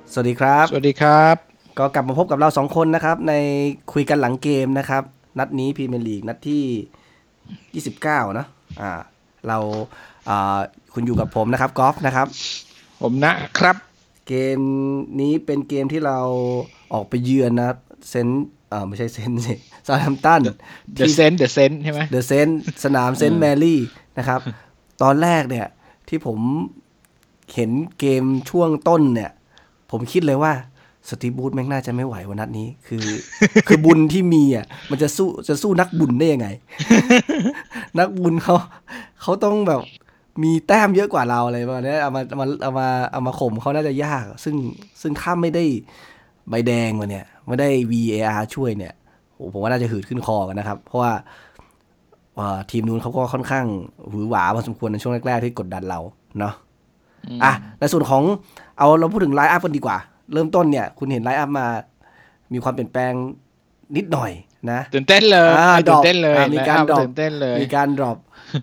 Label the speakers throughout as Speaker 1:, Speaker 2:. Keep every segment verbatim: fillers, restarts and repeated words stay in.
Speaker 1: สวัสดีครับ
Speaker 2: สวัสดีครับ
Speaker 1: ก็กลับมาพบกับเราสองคนนะครับในคุยกันหลังเกมนะครับนัดนี้พรีเมียร์ลีกนัดที่ยี่สิบเก้าเนาะอ่าเราอ่าคุณอยู่กับผมนะครับกอล์ฟนะครับ
Speaker 2: ผมนะครับ
Speaker 1: เกมนี้เป็นเกมที่เราออกไปเยือนนะครับเซนเอ่อไม่ใช่เซนสิซาแฮมป์ตัน
Speaker 2: The The
Speaker 1: ที่
Speaker 2: Saint The Saint ใช่ไหม
Speaker 1: เดอะเซนสนามเซนต์แมรี่นะครับตอนแรกเนี่ยที่ผมเห็นเกมช่วงต้นเนี่ยผมคิดเลยว่าสตีฟบูธแม่งน่าจะไม่ไหววันนัดนี้คือคือบุญที่มีอ่ะมันจะสู้จะสู้นักบุญได้ยังไง นักบุญเขาเขาต้องแบบมีแต้มเยอะกว่าเราอะไรประมาณนี้เอามาเอามาเอามาเอามาข่มเขาน่าจะยากซึ่งซึ่งถ้าไม่ได้ใบแดงมาเนี่ยไม่ได้ วี เอ อาร์ ช่วยเนี่ยโหผมว่าน่าจะหืดขึ้นคอกันนะครับเพราะว่าทีมนู้นเขาก็ค่อนข้างหวือหวาพอสมควรในช่วงแรกๆที่กดดันเราเนาะอ่ะในส่วนของเอาเราพูดถึงไลน์อัพกันดีกว่าเริ่มต้นเนี่ยคุณเห็นไลน์อัพมามีความเปลี่ยนแปลงนิดหน่อยนะ
Speaker 2: ตื่นเต้นเลยตื่นเต้นเลย
Speaker 1: มีการดรอป
Speaker 2: ตื่นเต้นเลย
Speaker 1: มีการดรอป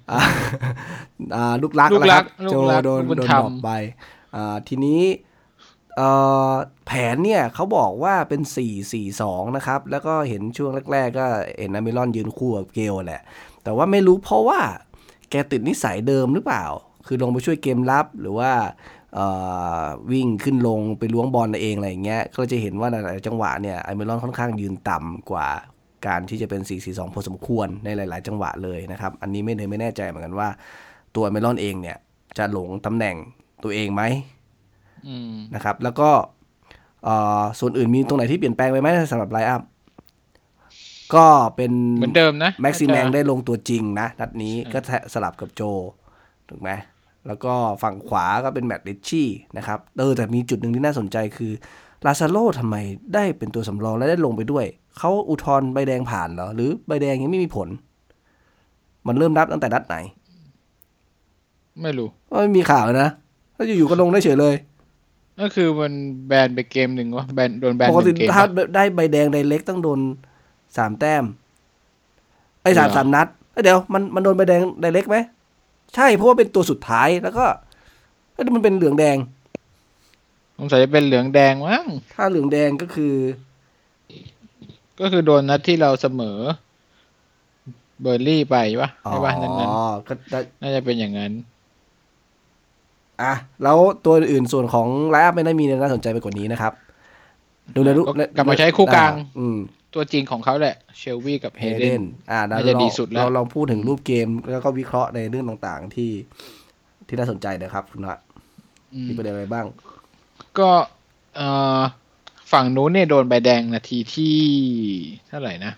Speaker 1: ลูกรักนะครับโจโดนโดนดรอปไปทีนี้แผนเนี่ยเขาบอกว่าเป็น สี่ สี่ สอง นะครับแล้วก็เห็นช่วงแรกๆก็เห็นอเมรอนยืนคู่กับเกลแหละแต่ว่าไม่รู้เพราะว่าแกติดนิสัยเดิมหรือเปล่าคือลงไปช่วยเกมรับหรือว่าวิ่งขึ้นลงไปล้วงบอลเองอะไรอย่างเงี้ยก็จะเห็นว่าในหลายจังหวะเนี่ยอเมรอนค่อนข้างยืนต่ำกว่าการที่จะเป็น สี่ สี่ สอง พอสมควรในหลายๆจังหวะเลยนะครับอันนี้ไม่เลยไม่แน่ใจเหมือนกันว่าตัวอเมรอนเองเนี่ยจะหลงตำแหน่งตัวเองไหมนะครับแล้วก็ส่วนอื่นมีตรงไหนที่เปลี่ยนแปลงไปไหมสำหรับไลน์อัพก็เป็น
Speaker 2: เหมือนเดิมนะ
Speaker 1: แม็กซิแมงได้ลงตัวจริงนะนัดนี้ก็สลับกับโจถูกไหมแล้วก็ฝั่งขวาก็เป็นแมตต์ริชชี่นะครับเออแต่มีจุดหนึ่งที่น่าสนใจคือลาซาโลทำไมได้เป็นตัวสำรองและได้ลงไปด้วยเขาอุทธรณ์ใบแดงผ่านเหรอหรือใบแดงยังไม่มีผลมันเริ่มนับตั้งแต่นัดไหน
Speaker 2: ไม่รู้
Speaker 1: ไม่มีข่าวนะแล้วอยู่ๆก็ลงได้เฉยเลย
Speaker 2: ก็คือมันแบนไปเกมหนึ่งวะแบนโดนแบนห
Speaker 1: นึ่งเกมปกติถ้าได้ใบแดงไดเรกต้องโดนสามแต้มไอ้สามสามนัดเดี๋ยวมันมันโดนใบแดงไดเรกไหมใช่เพราะว่าเป็นตัวสุดท้ายแล้วก็มันเป็นเหลืองแดง
Speaker 2: สงสัยจะเป็นเหลืองแดงมั้ง
Speaker 1: ถ้าเหลืองแดงก็คือ
Speaker 2: ก็คือโดนนัดที่เราเสมอเบอร์ลี่ไปวะใช่ป่ะนั้นนั้นน่าจะเป็นอย่างนั้น
Speaker 1: อ่ะแล้วตัวอื่นส่วนของไลน์อัพไม่ได้มีน่าสนใจไปกว่านี้นะครับ
Speaker 2: ดูเลยกลับมาใช้คู่กลางตัวจริงของเขาแหละเชลวี่กับเฮเดน
Speaker 1: อ่าน่าจะดีสุดแล้วเราลองพูดถึงรูปเกมแล้วก็วิเคราะห์ในเรื่องต่างๆที่ที่น่าสนใจนะครับคุณน็อตมีประเด็นอะไรบ้าง
Speaker 2: ก็ฝั่งนู้นเนี่ยโดนใบแดงนาทีที่เท่าไหร่นะ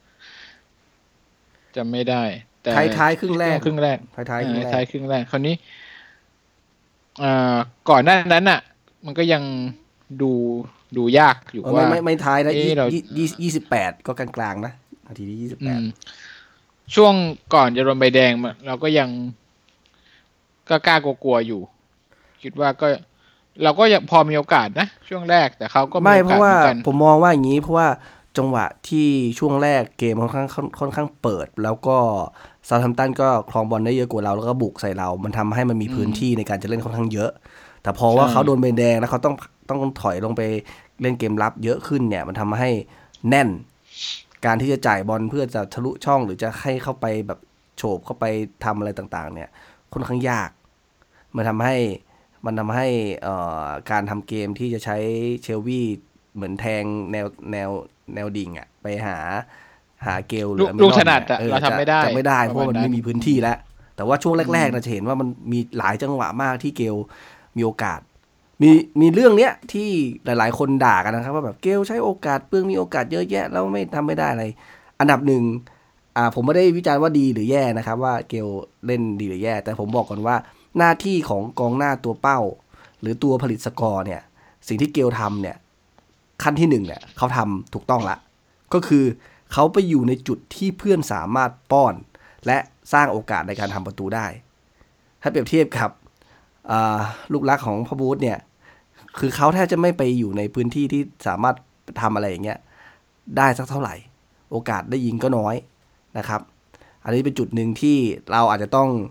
Speaker 2: จำไม่ได้
Speaker 1: แต่ท้ายๆครึ่งแรก
Speaker 2: ครึ่งแรก
Speaker 1: ท้ายๆครึ่งแรก
Speaker 2: ท้ายครึ่งแรกคราวนี้ก่อนหน้านั้นอ่ะมันก็ยังดูดูยากอยู่ว่า
Speaker 1: ไม่ไม่ท้ายนะยี่สิบแปดก็กลางๆนะนาทีที่ยี่สิบแปด
Speaker 2: ช่วงก่อนจะโดนใบแดงเราก็ยังก็กล้ากลัวๆอยู่คิดว่าก็เราก็ยังพอมีโอกาสนะช่วงแรกแต่เขาก็
Speaker 1: ไม่เพราะว่าผมมองว่าอย่างนี้เพราะว่าจังหวะที่ช่วงแรกเกมค่อนข้างค่อนข้างเปิดแล้วก็ซาอุแฮมป์ตันก็ครองบอลได้เยอะกว่าเราแล้วก็บุกใส่เรามันทำให้มันมีพื้นที่ในการจะเล่นค่อนข้างเยอะแต่พอว่าเขาโดนใบแดงแล้วเขาต้องต้องถอยลงไปเล่นเกมรับเยอะขึ้นเนี่ยมันทำให้แน่นการที่จะจ่ายบอลเพื่อจะทะลุช่องหรือจะให้เข้าไปแบบโฉบเข้าไปทำอะไรต่างๆเนี่ยค่อนข้างยากมันทำให้มันทำให้การทำเกมที่จะใช้เชลวี่เหมือนแทงแนวแนวแนวดิ่งอ่ะไปหาหาเกลหรือ
Speaker 2: ลูกถนัดอ่ะเราทำไม่ได้
Speaker 1: จะไม่ได้เพราะมันไม่มีพื้นที่แล้วแต่ว่าช่วงแรกๆเราจะเห็นว่ามันมีหลายจังหวะมากที่เกลมีโอกาสมีมีเรื่องเนี้ยที่หลายๆคนด่ากันนะครับว่าแบบเกลใช้โอกาสเปลืองมีโอกาสเยอะแยะแล้วไม่ทำไม่ได้อะไรอันดับหนึ่งอ่าผมไม่ได้วิจารณ์ว่าดีหรือแย่นะครับว่าเกลเล่นดีหรือแย่แต่ผมบอกก่อนว่าหน้าที่ของกองหน้าตัวเป้าหรือตัวผลิตสกอร์เนี่ยสิ่งที่เกลทำเนี่ยขั้นที่หนึ่งเนี่ยเขาทำถูกต้องละก็คือเขาไปอยู่ในจุดที่เพื่อนสามารถป้อนและสร้างโอกาสในการทำประตูได้ถ้าเปรียบเทียบกับลูกรักของพ่อบูธเนี่ยคือเขาแทบจะไม่ไปอยู่ในพื้นที่ที่สามารถทำอะไรอย่างเงี้ยได้สักเท่าไหร่โอกาสได้ยิงก็น้อยนะครับอันนี้เป็นจุดหนึ่งที่เราอาจจะต้อง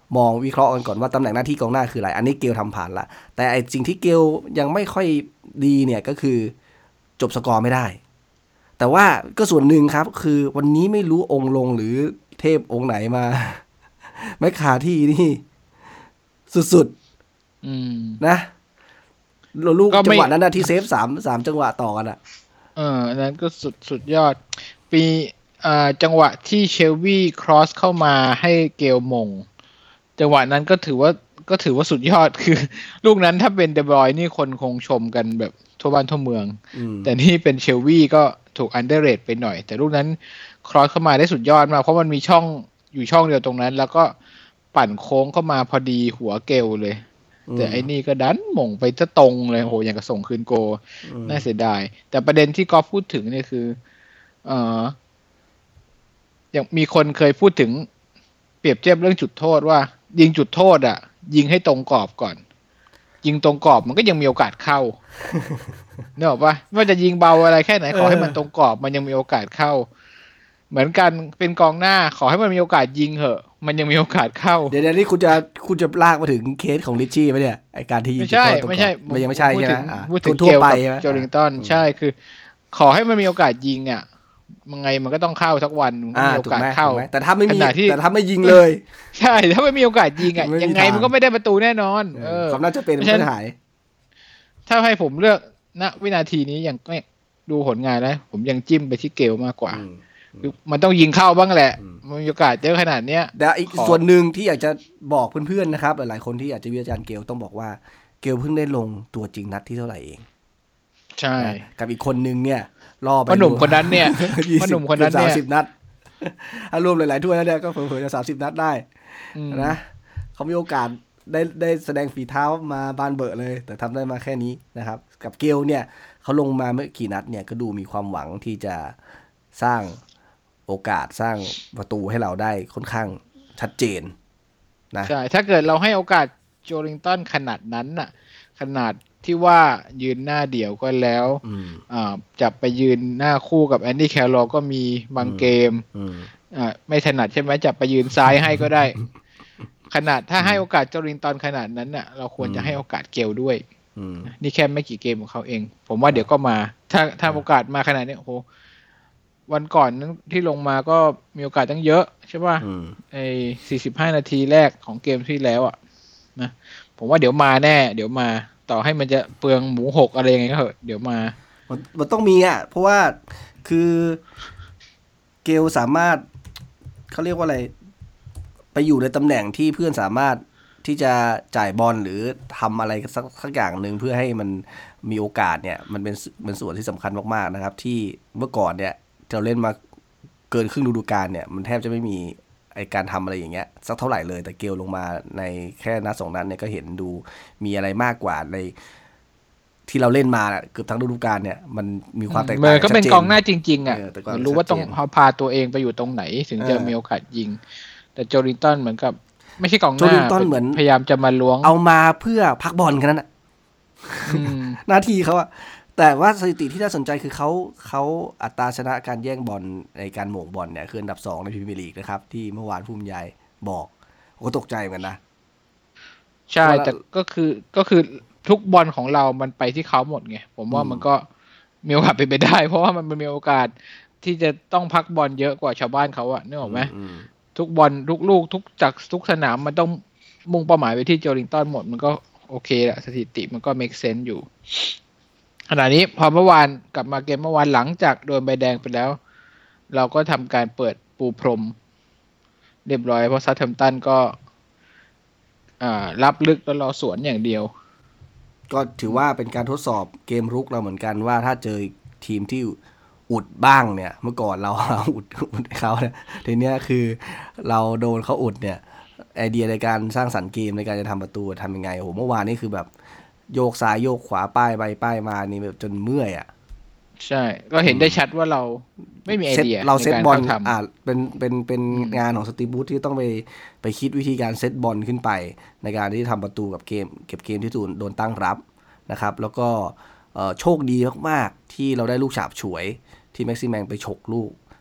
Speaker 1: มองวิเคราะห์กันก่อนว่าตำแหน่งหน้าที่กองหน้าคืออะไรอันนี้เกลทำผ่านละแต่ไอสิ่งที่เกลยังไม่ค่อยดีเนี่ยก็คือจบสกอร์ไม่ได้แต่ว่าก็ส่วนหนึ่งครับคือวันนี้ไม่รู้องค์ลงหรือเทพองค์ไหนมาแม่ขาที่นี่สุดๆนะลูกจังหวะนั้นนะที่เซฟสามสามจังหวะต่อกันอ่ะ
Speaker 2: เออนั้นก็สุดสุดยอดปีอ่าจังหวะที่เชลวีครอสเข้ามาให้เกลมงจังหวะนั้นก็ถือว่าก็ถือว่าสุดยอดคือลูกนั้นถ้าเป็นเดบรอยนี่คนคงชมกันแบบทั่วบ้านทั่วเมืองแต่นี่เป็นเชลวีก็ถูกอันเดอร์เรทไปหน่อยแต่ลูกนั้นครอสเข้ามาได้สุดยอดมากเพราะมันมีช่องอยู่ช่องเดียวตรงนั้นแล้วก็ปั่นโค้งเข้ามาพอดีหัวเกลเลยแต่ไอ้นี่ก็ดันหม่งไปซะตรงเลยโหอย่างกับส่งคืนโกน่าเสียดายแต่ประเด็นที่กอล์ฟพูดถึงเนี่ยคือเอ่ออย่างมีคนเคยพูดถึงเปรียบเทียบเรื่องจุดโทษว่ายิงจุดโทษอ่ะยิงให้ตรงกรอบก่อนยิงตรงกรอบมันก็ยังมีโอกาสเข้านึกออกปะไม่ว่าจะยิงเบาอะไรแค่ไหนขอให้มันตรงกรอบมันยังมีโอกาสเข้าเหมือนกันเป็นกองหน้าขอให้มันมีโอกาสยิงเหอะมันยังมีโอกาสเข้า
Speaker 1: เดี๋ยวนี้คุณจะคุณจะลากมาถึงเคสของริชชี่ไหมเนี่ยไอการที่ยิง
Speaker 2: ไม่ใช่ไม่ใช่
Speaker 1: มันยังไม่ใช่ใช่ไหม
Speaker 2: พูดถึงเกี่ยวกับโจลิงตันใช่คือขอให้มันมีโอกาสยิงอ่ะยังไงมันก็ต้องเข้าสักวันมันมีโอกาสเข้า
Speaker 1: แต่ถ้าไม่มีแต่ถ้าไม่ยิงเลย
Speaker 2: ใช่ถ้าไม่มีโอกาสยิงอ่ะยังไงมันก็ไม่ได้ประตูแน่นอนเออ
Speaker 1: ความน่าจะเป็นไม่หาย
Speaker 2: ถ้าให้ผมเลือกณวินาทีนี้ยังไม่ดูผลงานแล้วผมยังจิ้มไปที่เกลมากกว่าคือมันต้องยิงเข้าบ้างแหละมันมีโอกาสเยอะขนาดเนี้ย
Speaker 1: แต่อีกส่วนหนึ่งที่อยากจะบอกเพื่อนๆนะครับหลายๆคนที่อยากจะวิจารณ์เกลต้องบอกว่าเกลเพิ่งได้ลงตัวจริงนัดที่เท่าไหร่เอง
Speaker 2: ใช่
Speaker 1: กับอีกคนนึงเนี่ยรอไป
Speaker 2: หนุ่มคนนั้นเนี่ยหนุ่มคนนั้นเนี่ย
Speaker 1: สามสิบนัดถ้ารวมหลายๆถ้วยแล้วเนี่ยก็เผลอๆจะสามสิบนัดได้นะเขามีโอกาสได้ได้แสดงฝีเท้ามาบานเบอะเลยแต่ทำได้มาแค่นี้นะครับกับเกลเนี่ยเขาลงมาไม่กี่นัดเนี่ยก็ดูมีความหวังที่จะสร้างโอกาสสร้างประตูให้เราได้ค่อนข้างชัดเจนนะ
Speaker 2: ใช่ถ้าเกิดเราให้โอกาสโจลิงตันขนาดนั้นน่ะขนาดที่ว่ายืนหน้าเดี่ยวก็แล้วอ่าจับไปยืนหน้าคู่กับแอนดี้แคโรก็มีบางเกมอ่าไม่ถนัดใช่ไหมจับไปยืนซ้ายให้ก็ได้ขนาดถ้าให้โอกาสโจลิงตันขนาดนั้นน่ะเราควรจะให้โอกาสเกลด้วยนี่แค่ไม่กี่เกมของเขาเองผมว่าเดี๋ยวก็มาถ้าถ้าโอกาสมาขนาดนี้โอ้โหวันก่อนนั้นที่ลงมาก็มีโอกาสตั้งเยอะใช่ป่ะไอ้สี่สิบห้านาทีแรกของเกมที่แล้วอ่ะนะผมว่าเดี๋ยวมาแน่เดี๋ยวมาต่อให้มันจะเปลืองหมูหกอะไรยังไงก็เถอะเดี๋ยวมา
Speaker 1: มันมันต้องมีอ่ะเพราะว่าคือเกลสามารถเขาเรียกว่าอะไรไปอยู่ในตำแหน่งที่เพื่อนสามารถที่จะจ่ายบอลหรือทำอะไรสักสักอย่างหนึ่งเพื่อให้มันมีโอกาสเนี่ยมันเป็นเป็นส่วนที่สำคัญมากๆนะครับที่เมื่อก่อนเนี่ยเราเล่นมาเกินครึ่งฤดูกาลเนี่ยมันแทบจะไม่มีไอการทำอะไรอย่างเงี้ยสักเท่าไหร่เลยแต่เกลลงมาในแค่นัดสองนัดเนี่ยก็เห็นดูมีอะไรมากกว่าในที่เราเล่นมาเกือบทั้งฤดูกาลเนี่ยมันมีความแตกต่างชัดเจน
Speaker 2: ก็เป็นกองหน้าจริงๆอ่ะรู้ว่าต้องพาตัวเองไปอยู่ตรงไหนถึงจะมีโอกาสยิงแต่โจลิงตันเหมือนกับไม่ใช่กองหน้าโจลิงตันเหมือนพยายามจะมาล้วง
Speaker 1: เอามาเพื่อพักบอลแค่นั้นอ่ะหน้าที่เขาอะแต่ว่าสถิติที่น่าสนใจคือเขาเขาอัตราชนะการแย่งบอลในการโหม่งบอลเนี่ยคืออันดับสองในพรีเมียร์ลีกนะครับที่เมื่อวานผู้บรรยายบอกก็ตกใจเหมือนกันนะ
Speaker 2: ใช่แต่ก็คือก็คือทุกบอลของเรามันไปที่เขาหมดไงผมว่ามันก็มีโอกาสเป็นไปได้เพราะว่ามันมีโอกาสที่จะต้องพักบอลเยอะกว่าชาวบ้านเขาอะนึกออกไหมทุกบอลทุกลูกทุกจากทุกสนามมันต้องมุ่งเป้าหมายไปที่โจลิงตันหมดมันก็โอเคแหละสถิติมันก็ make sense อยู่ขณะนี้พอเมื่อวานกลับมาเกมเมื่อวานหลังจากโดนใบแดงไปแล้วเราก็ทำการเปิดปูพรมเรียบร้อยเพราะซัทแฮมป์ตันก็รับลึกแล้วรอสวนอย่างเดียว
Speaker 1: ก็ถือว่าเป็นการทดสอบเกมรุกเราเหมือนกันว่าถ้าเจอทีมที่อุดบ้างเนี่ยเมื่อก่อนเราอุดอุดเขาเนี่ยทีเนี้ยคือเราโดนเขาอุดเนี่ยไอเดียในการสร้างสรรค์เกมในการจะทำประตูทำยังไงโอ้โหเมื่อวานนี่คือแบบโยกซ้ายโยกขวาป้ายไปป้ายมานี่แบบจนเมื่อยอ่ะ
Speaker 2: ใช่ก็เห็นได้ชัดว่าเราไม่มีไอเดีย
Speaker 1: เราเซตบอลอ่าเป็นเป็นเป็นงานของสตีฟ บูธที่ต้องไปไปคิดวิธีการเซตบอลขึ้นไปในการที่ทำประตูกับเกมเก็บเกมที่ถูกโดนตั้งรับนะครับแล้วก็โชคดีมากๆที่เราได้ลูกฉาบฉวยที่แม็กซิแมงไปฉกลูก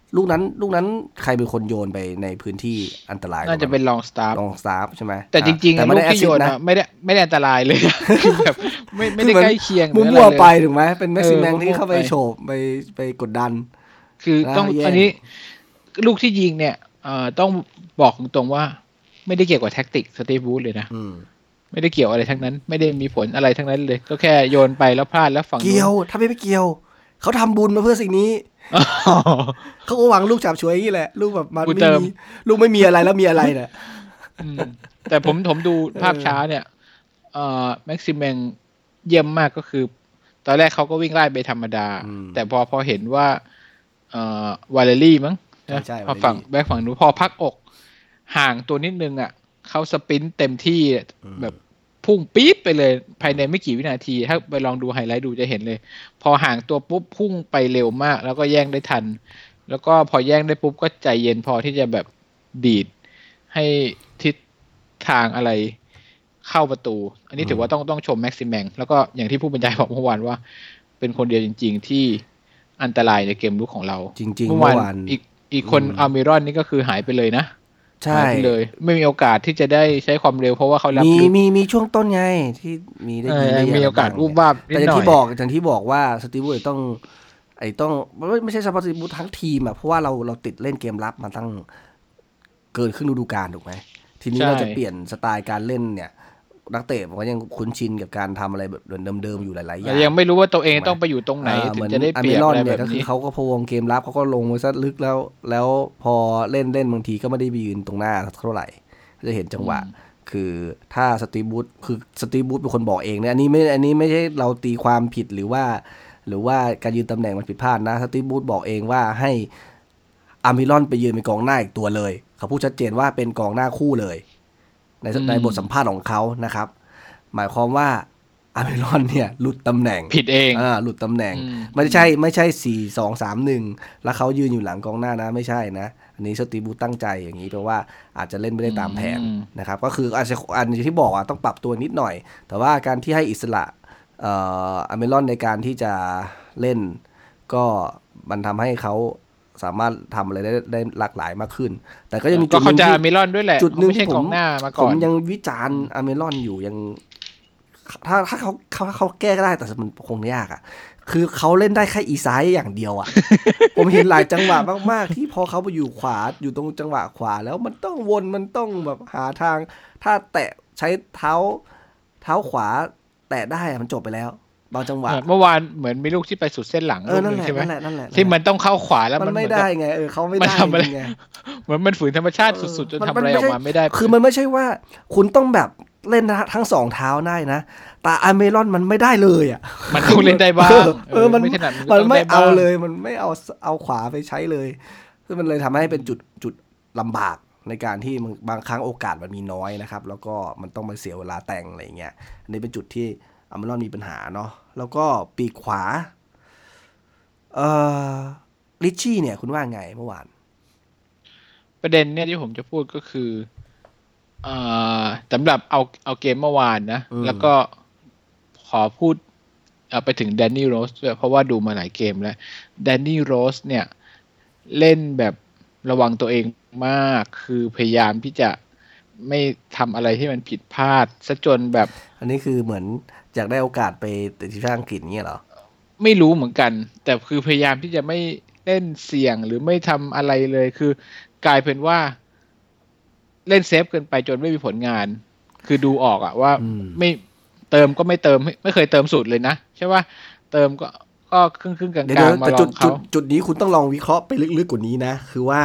Speaker 1: ลูกนั้นลูกนั้นใครเป็นคนโยนไปในพื้นที่อันตราย
Speaker 2: น่าจะเป็นลองสตาร์
Speaker 1: ลองสตาร์ใช่ไหม
Speaker 2: แต่จริงๆลูกที่โยนอ่ะไม่ได้ไม่ได้อันตรายเลยคือแบบไม่ไม่ได้ใกล้เคียง
Speaker 1: มั่วๆไปถูกไหมเป็นแม็กซิแมงที่เข้าไปโฉบไปไปกดดัน
Speaker 2: คือต้องอันนี้ลูกที่ยิงเนี่ยต้องบอกตรงๆว่าไม่ได้เกี่ยวกับแท็กติกสตีฟวูดเลยนะไม่ได้เกี่ยวอะไรทั้งนั้นไม่ได้มีผลอะไรทั้งนั้นเลยก็แค่โยนไปแล้วพลาดแล้วฝั่ง
Speaker 1: เกี่ยวถ้าไม่ไม่เกี่ยวเขาทำบุญมาเพื่อสิ่งนี้เขาก็หวังลูกจับช่วยอย่างนี้แหละลูกแบบมันไม่มีลูกไม่มีอะไรแล้วมีอะไรเนี่ย
Speaker 2: แต่ผมผมดูภาพช้าเนี่ยเอ่อแม็กซิแมงเยี่ยมมากก็คือตอนแรกเขาก็วิ่งไล่ไปธรรมดาแต่พอพอเห็นว่าเอ่อวาเลรี่มั้งพอฝั่งแบ็คฝั่งนู้นพอพักอกห่างตัวนิดนึงอ่ะเขาสปรินต์เต็มที่แบบพุ่งปี๊ดไปเลยภายในไม่กี่วินาทีถ้าไปลองดูไฮไลท์ดูจะเห็นเลยพอห่างตัวปุ๊บพุ่งไปเร็วมากแล้วก็แย่งได้ทันแล้วก็พอแย่งได้ปุ๊บก็ใจเย็นพอที่จะแบบดีดให้ทิศทางอะไรเข้าประตูอันนี้ถือว่าต้องต้องชมแม็กซิแมงแล้วก็อย่างที่ผู้บรรยายบอกเมื่อวานว่าเป็นคนเดียวจริงๆที่อันตรายในเกมลุกของเรา
Speaker 1: จริงๆเมื่อวาน
Speaker 2: อีกอีกคนอาร์มิรอนนี่ก็คือหายไปเลยนะใช่เลยไม่มีโอกาสที่จะได้ใช้ความเร็วเพราะว่าเขารับ
Speaker 1: มีมีมีช่วงต้นไงที่มีได้ยินได้
Speaker 2: มีโอกาสวูบวาบ
Speaker 1: แต่อย่างที่บอกอย่างที่บอกว่าสตีฟวูดต้องไอ้ต้องไม่ใช่เฉพาะสตีฟวูดทั้งทีมอ่ะเพราะว่าเราเราติดเล่นเกมรับมาตั้งเกินครึ่งฤดูกาลถูกไหมทีนี้เราจะเปลี่ยนสไตล์การเล่นเนี่ยนักเตะมันก็ยังคุ้นชินกับการทำอะไรแบบเดิมๆอยู่หลายๆอย่าง
Speaker 2: ยังไม่รู้ว่าตัวเองต้องไปอยู่ตรงไหนถึงจะได้เปลี่ยนอะไรแบบนี้
Speaker 1: เขาก็พวงเกมรับเขาก็ลงไว้ซะลึกแล้วแล้วพอเล่นเล่นบางทีก็ไม่ได้ยืนตรงหน้าเท่าไหร่จะเห็นจังหวะคือถ้าสตีฟวูดคือสตีฟวูดเป็นคนบอกเองเนี่ยอันนี้ไม่อันนี้ไม่ใช่เราตีความผิดหรือว่าหรือว่าการยืนตำแหน่งมันผิดพลาดนะสตีฟวูดบอกเองว่าให้อาร์มิรอนไปยืนเป็นกองหน้าอีกตัวเลยเขาพูดชัดเจนว่าเป็นกองหน้าคู่เลยในในบทสัมภาษณ์ของเขานะครับหมายความว่าอาร์มิรอนเนี่ยหลุดตำแหน่ง
Speaker 2: ผิดเอง
Speaker 1: อ่าหลุดตำแหน่งไม่ใช่ไม่ใช่สี่ สอง สาม หนึ่งแล้วเขายืนอยู่หลังกองหน้านะไม่ใช่นะอันนี้สตีฟวูดตั้งใจอย่างนี้เพราะว่าอาจจะเล่นไม่ได้ตามแผนนะครับก็คืออาจจะอันที่บอกอ่ะต้องปรับตัวนิดหน่อยแต่ว่าการที่ให้อิสระเอ่ออาร์มิรอนในการที่จะเล่นก็มันทำให้เขาสามารถทำอะไรได้ได้หลากหลายมากขึ้นแต่ก็ยังมี
Speaker 2: จุดนึงที่อาร์มิรอนด้วยแหละ
Speaker 1: จุดนึง
Speaker 2: ที่ผม
Speaker 1: ผมยังวิจารณ์อาร์มิรอนอยู่ยังถ้าถ้าเขาเขาเขาแก้ก็ได้แต่มันคงยากอ่ะคือเขาเล่นได้แค่อีซ้ายอย่างเดียวอ่ะ ผมเห็นหลายจังหวะมากๆที่พอเขาไปอยู่ขวาอยู่ตรงจังหวะขวาแล้วมันต้องวนมันต้องแบบหาทางถ้าแตะใช้เท้าเท้าขวาแตะได้มันจบไปแล้วบางจังหวะ
Speaker 2: เมื่อวานเหมือนมีลูกที่ไปสุดเส้นหลังลูกนึงใช่ไหมที่มันต้องเข้าขวาแล้ว
Speaker 1: มันไม่ได้ไงเออเขาไม่ได้ไง
Speaker 2: เหมือนมันฝืนธรรมชาติสุดๆจนทำอะไรออกมาไม่ได้
Speaker 1: คือมันไม่ใช่ว่าคุณต้องแบบเล่นทั้งสองเท้าได้นะแต่อาร์มิรอนมันไม่ได้เลยอ่ะ
Speaker 2: มันต้องเล่นได้บ้าง
Speaker 1: เออมันมันไม่เอาเลยมันไม่เอาเอาขวาไปใช้เลยซึ่งมันเลยทำให้เป็นจุดจุดลำบากในการที่บางครั้งโอกาสมันมีน้อยนะครับแล้วก็มันต้องมาเสียเวลาแต่งอะไรอย่างเงี้ยอันนี้เป็นจุดที่อาร์มิรอนมีปัญหาเนาะแล้วก็ปีกขวาเอ่อริชชี่เนี่ยคุณว่าไงเมื่อวาน
Speaker 2: ประเด็นเนี่ยที่ผมจะพูดก็คืออ่าสำหรับเอาเอาเกมเมื่อวานนะแล้วก็ขอพูดเอาไปถึงแดนนี่โรสด้วยเพราะว่าดูมาหลายเกมแล้วแดนนี่โรสเนี่ยเล่นแบบระวังตัวเองมากคือพยายามที่จะไม่ทำอะไรที่มันผิดพลาดซะจนแบบ
Speaker 1: อันนี้คือเหมือนอยากได้โอกาสไปติดทีมชาติอังกฤษเงี้ยเหรอ
Speaker 2: ไม่รู้เหมือนกันแต่คือพยายามที่จะไม่เล่นเสี่ยงหรือไม่ทำอะไรเลยคือกลายเป็นว่าเล่นเซฟเกินไปจนไม่มีผลงานคือดูออกอะว่าไม่เติมก็ไม่เติมไม่เคยเติมสุดเลยนะใช่ป่ะเติมก็ก็ครึ่งครึ่งกลางๆมาลองเขา
Speaker 1: จุดนี้คุณต้องลองวิเคราะห์ไปลึกๆกว่านี้นะคือว่า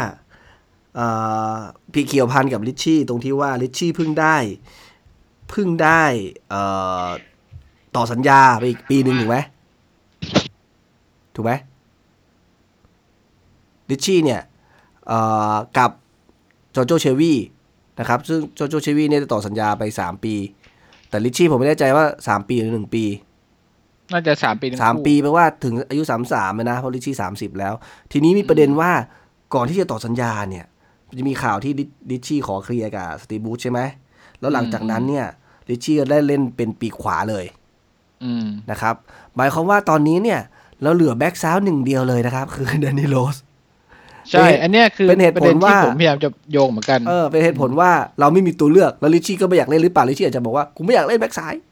Speaker 1: พี่เกี่ยวพันกับริชชี่ตรงที่ว่าริชชี่เพิ่งได้เพิ่งได้ต่อสัญญาไปอีกปีหนึ่งถูกไหมถูกไหมริชชี่เนี่ยกับโจโจเชวี่นะครับซึ่งโจโจเชวี่เนี่ยต่อสัญญาไปสามปีแต่ริชชี่ผมไม่แน่ใจว่าสามปีหรือหนึ่งปี
Speaker 2: น่าจะสามปี
Speaker 1: สามปีแปลว่าถึงอายุสามสิบสามเลยนะเพราะริชชี่สามสิบแล้วทีนี้มีประเด็นว่าก่อนที่จะต่อสัญญาเนี่ยจะมีข่าวที่ริชชี่ขอเคลียร์กับสตีฟวูดใช่ไหมแล้วหลังจากนั้นเนี่ยริชชี่ก็ได้เล่นเป็นปีกขวาเลยนะครับหมายความว่าตอนนี้เนี่ยเราเหลือแบ็กซ้ายหนึ่งเดียวเลยนะครับคือแดนนี่โรส
Speaker 2: ใช่อันเนี้ยคือ
Speaker 1: เป็นเหตุผลว่า
Speaker 2: ผมพยายามจะโยงเหมือนกัน
Speaker 1: เออเป็นเหตุผลว่าเราไม่มีตัวเลือกแล้วลิชชี่ก็ไม่อยากเล่นหรือเปล่าลิชชี่อาจจะบอกว่ากูไม่อยากเล่นแบ็คซ้าย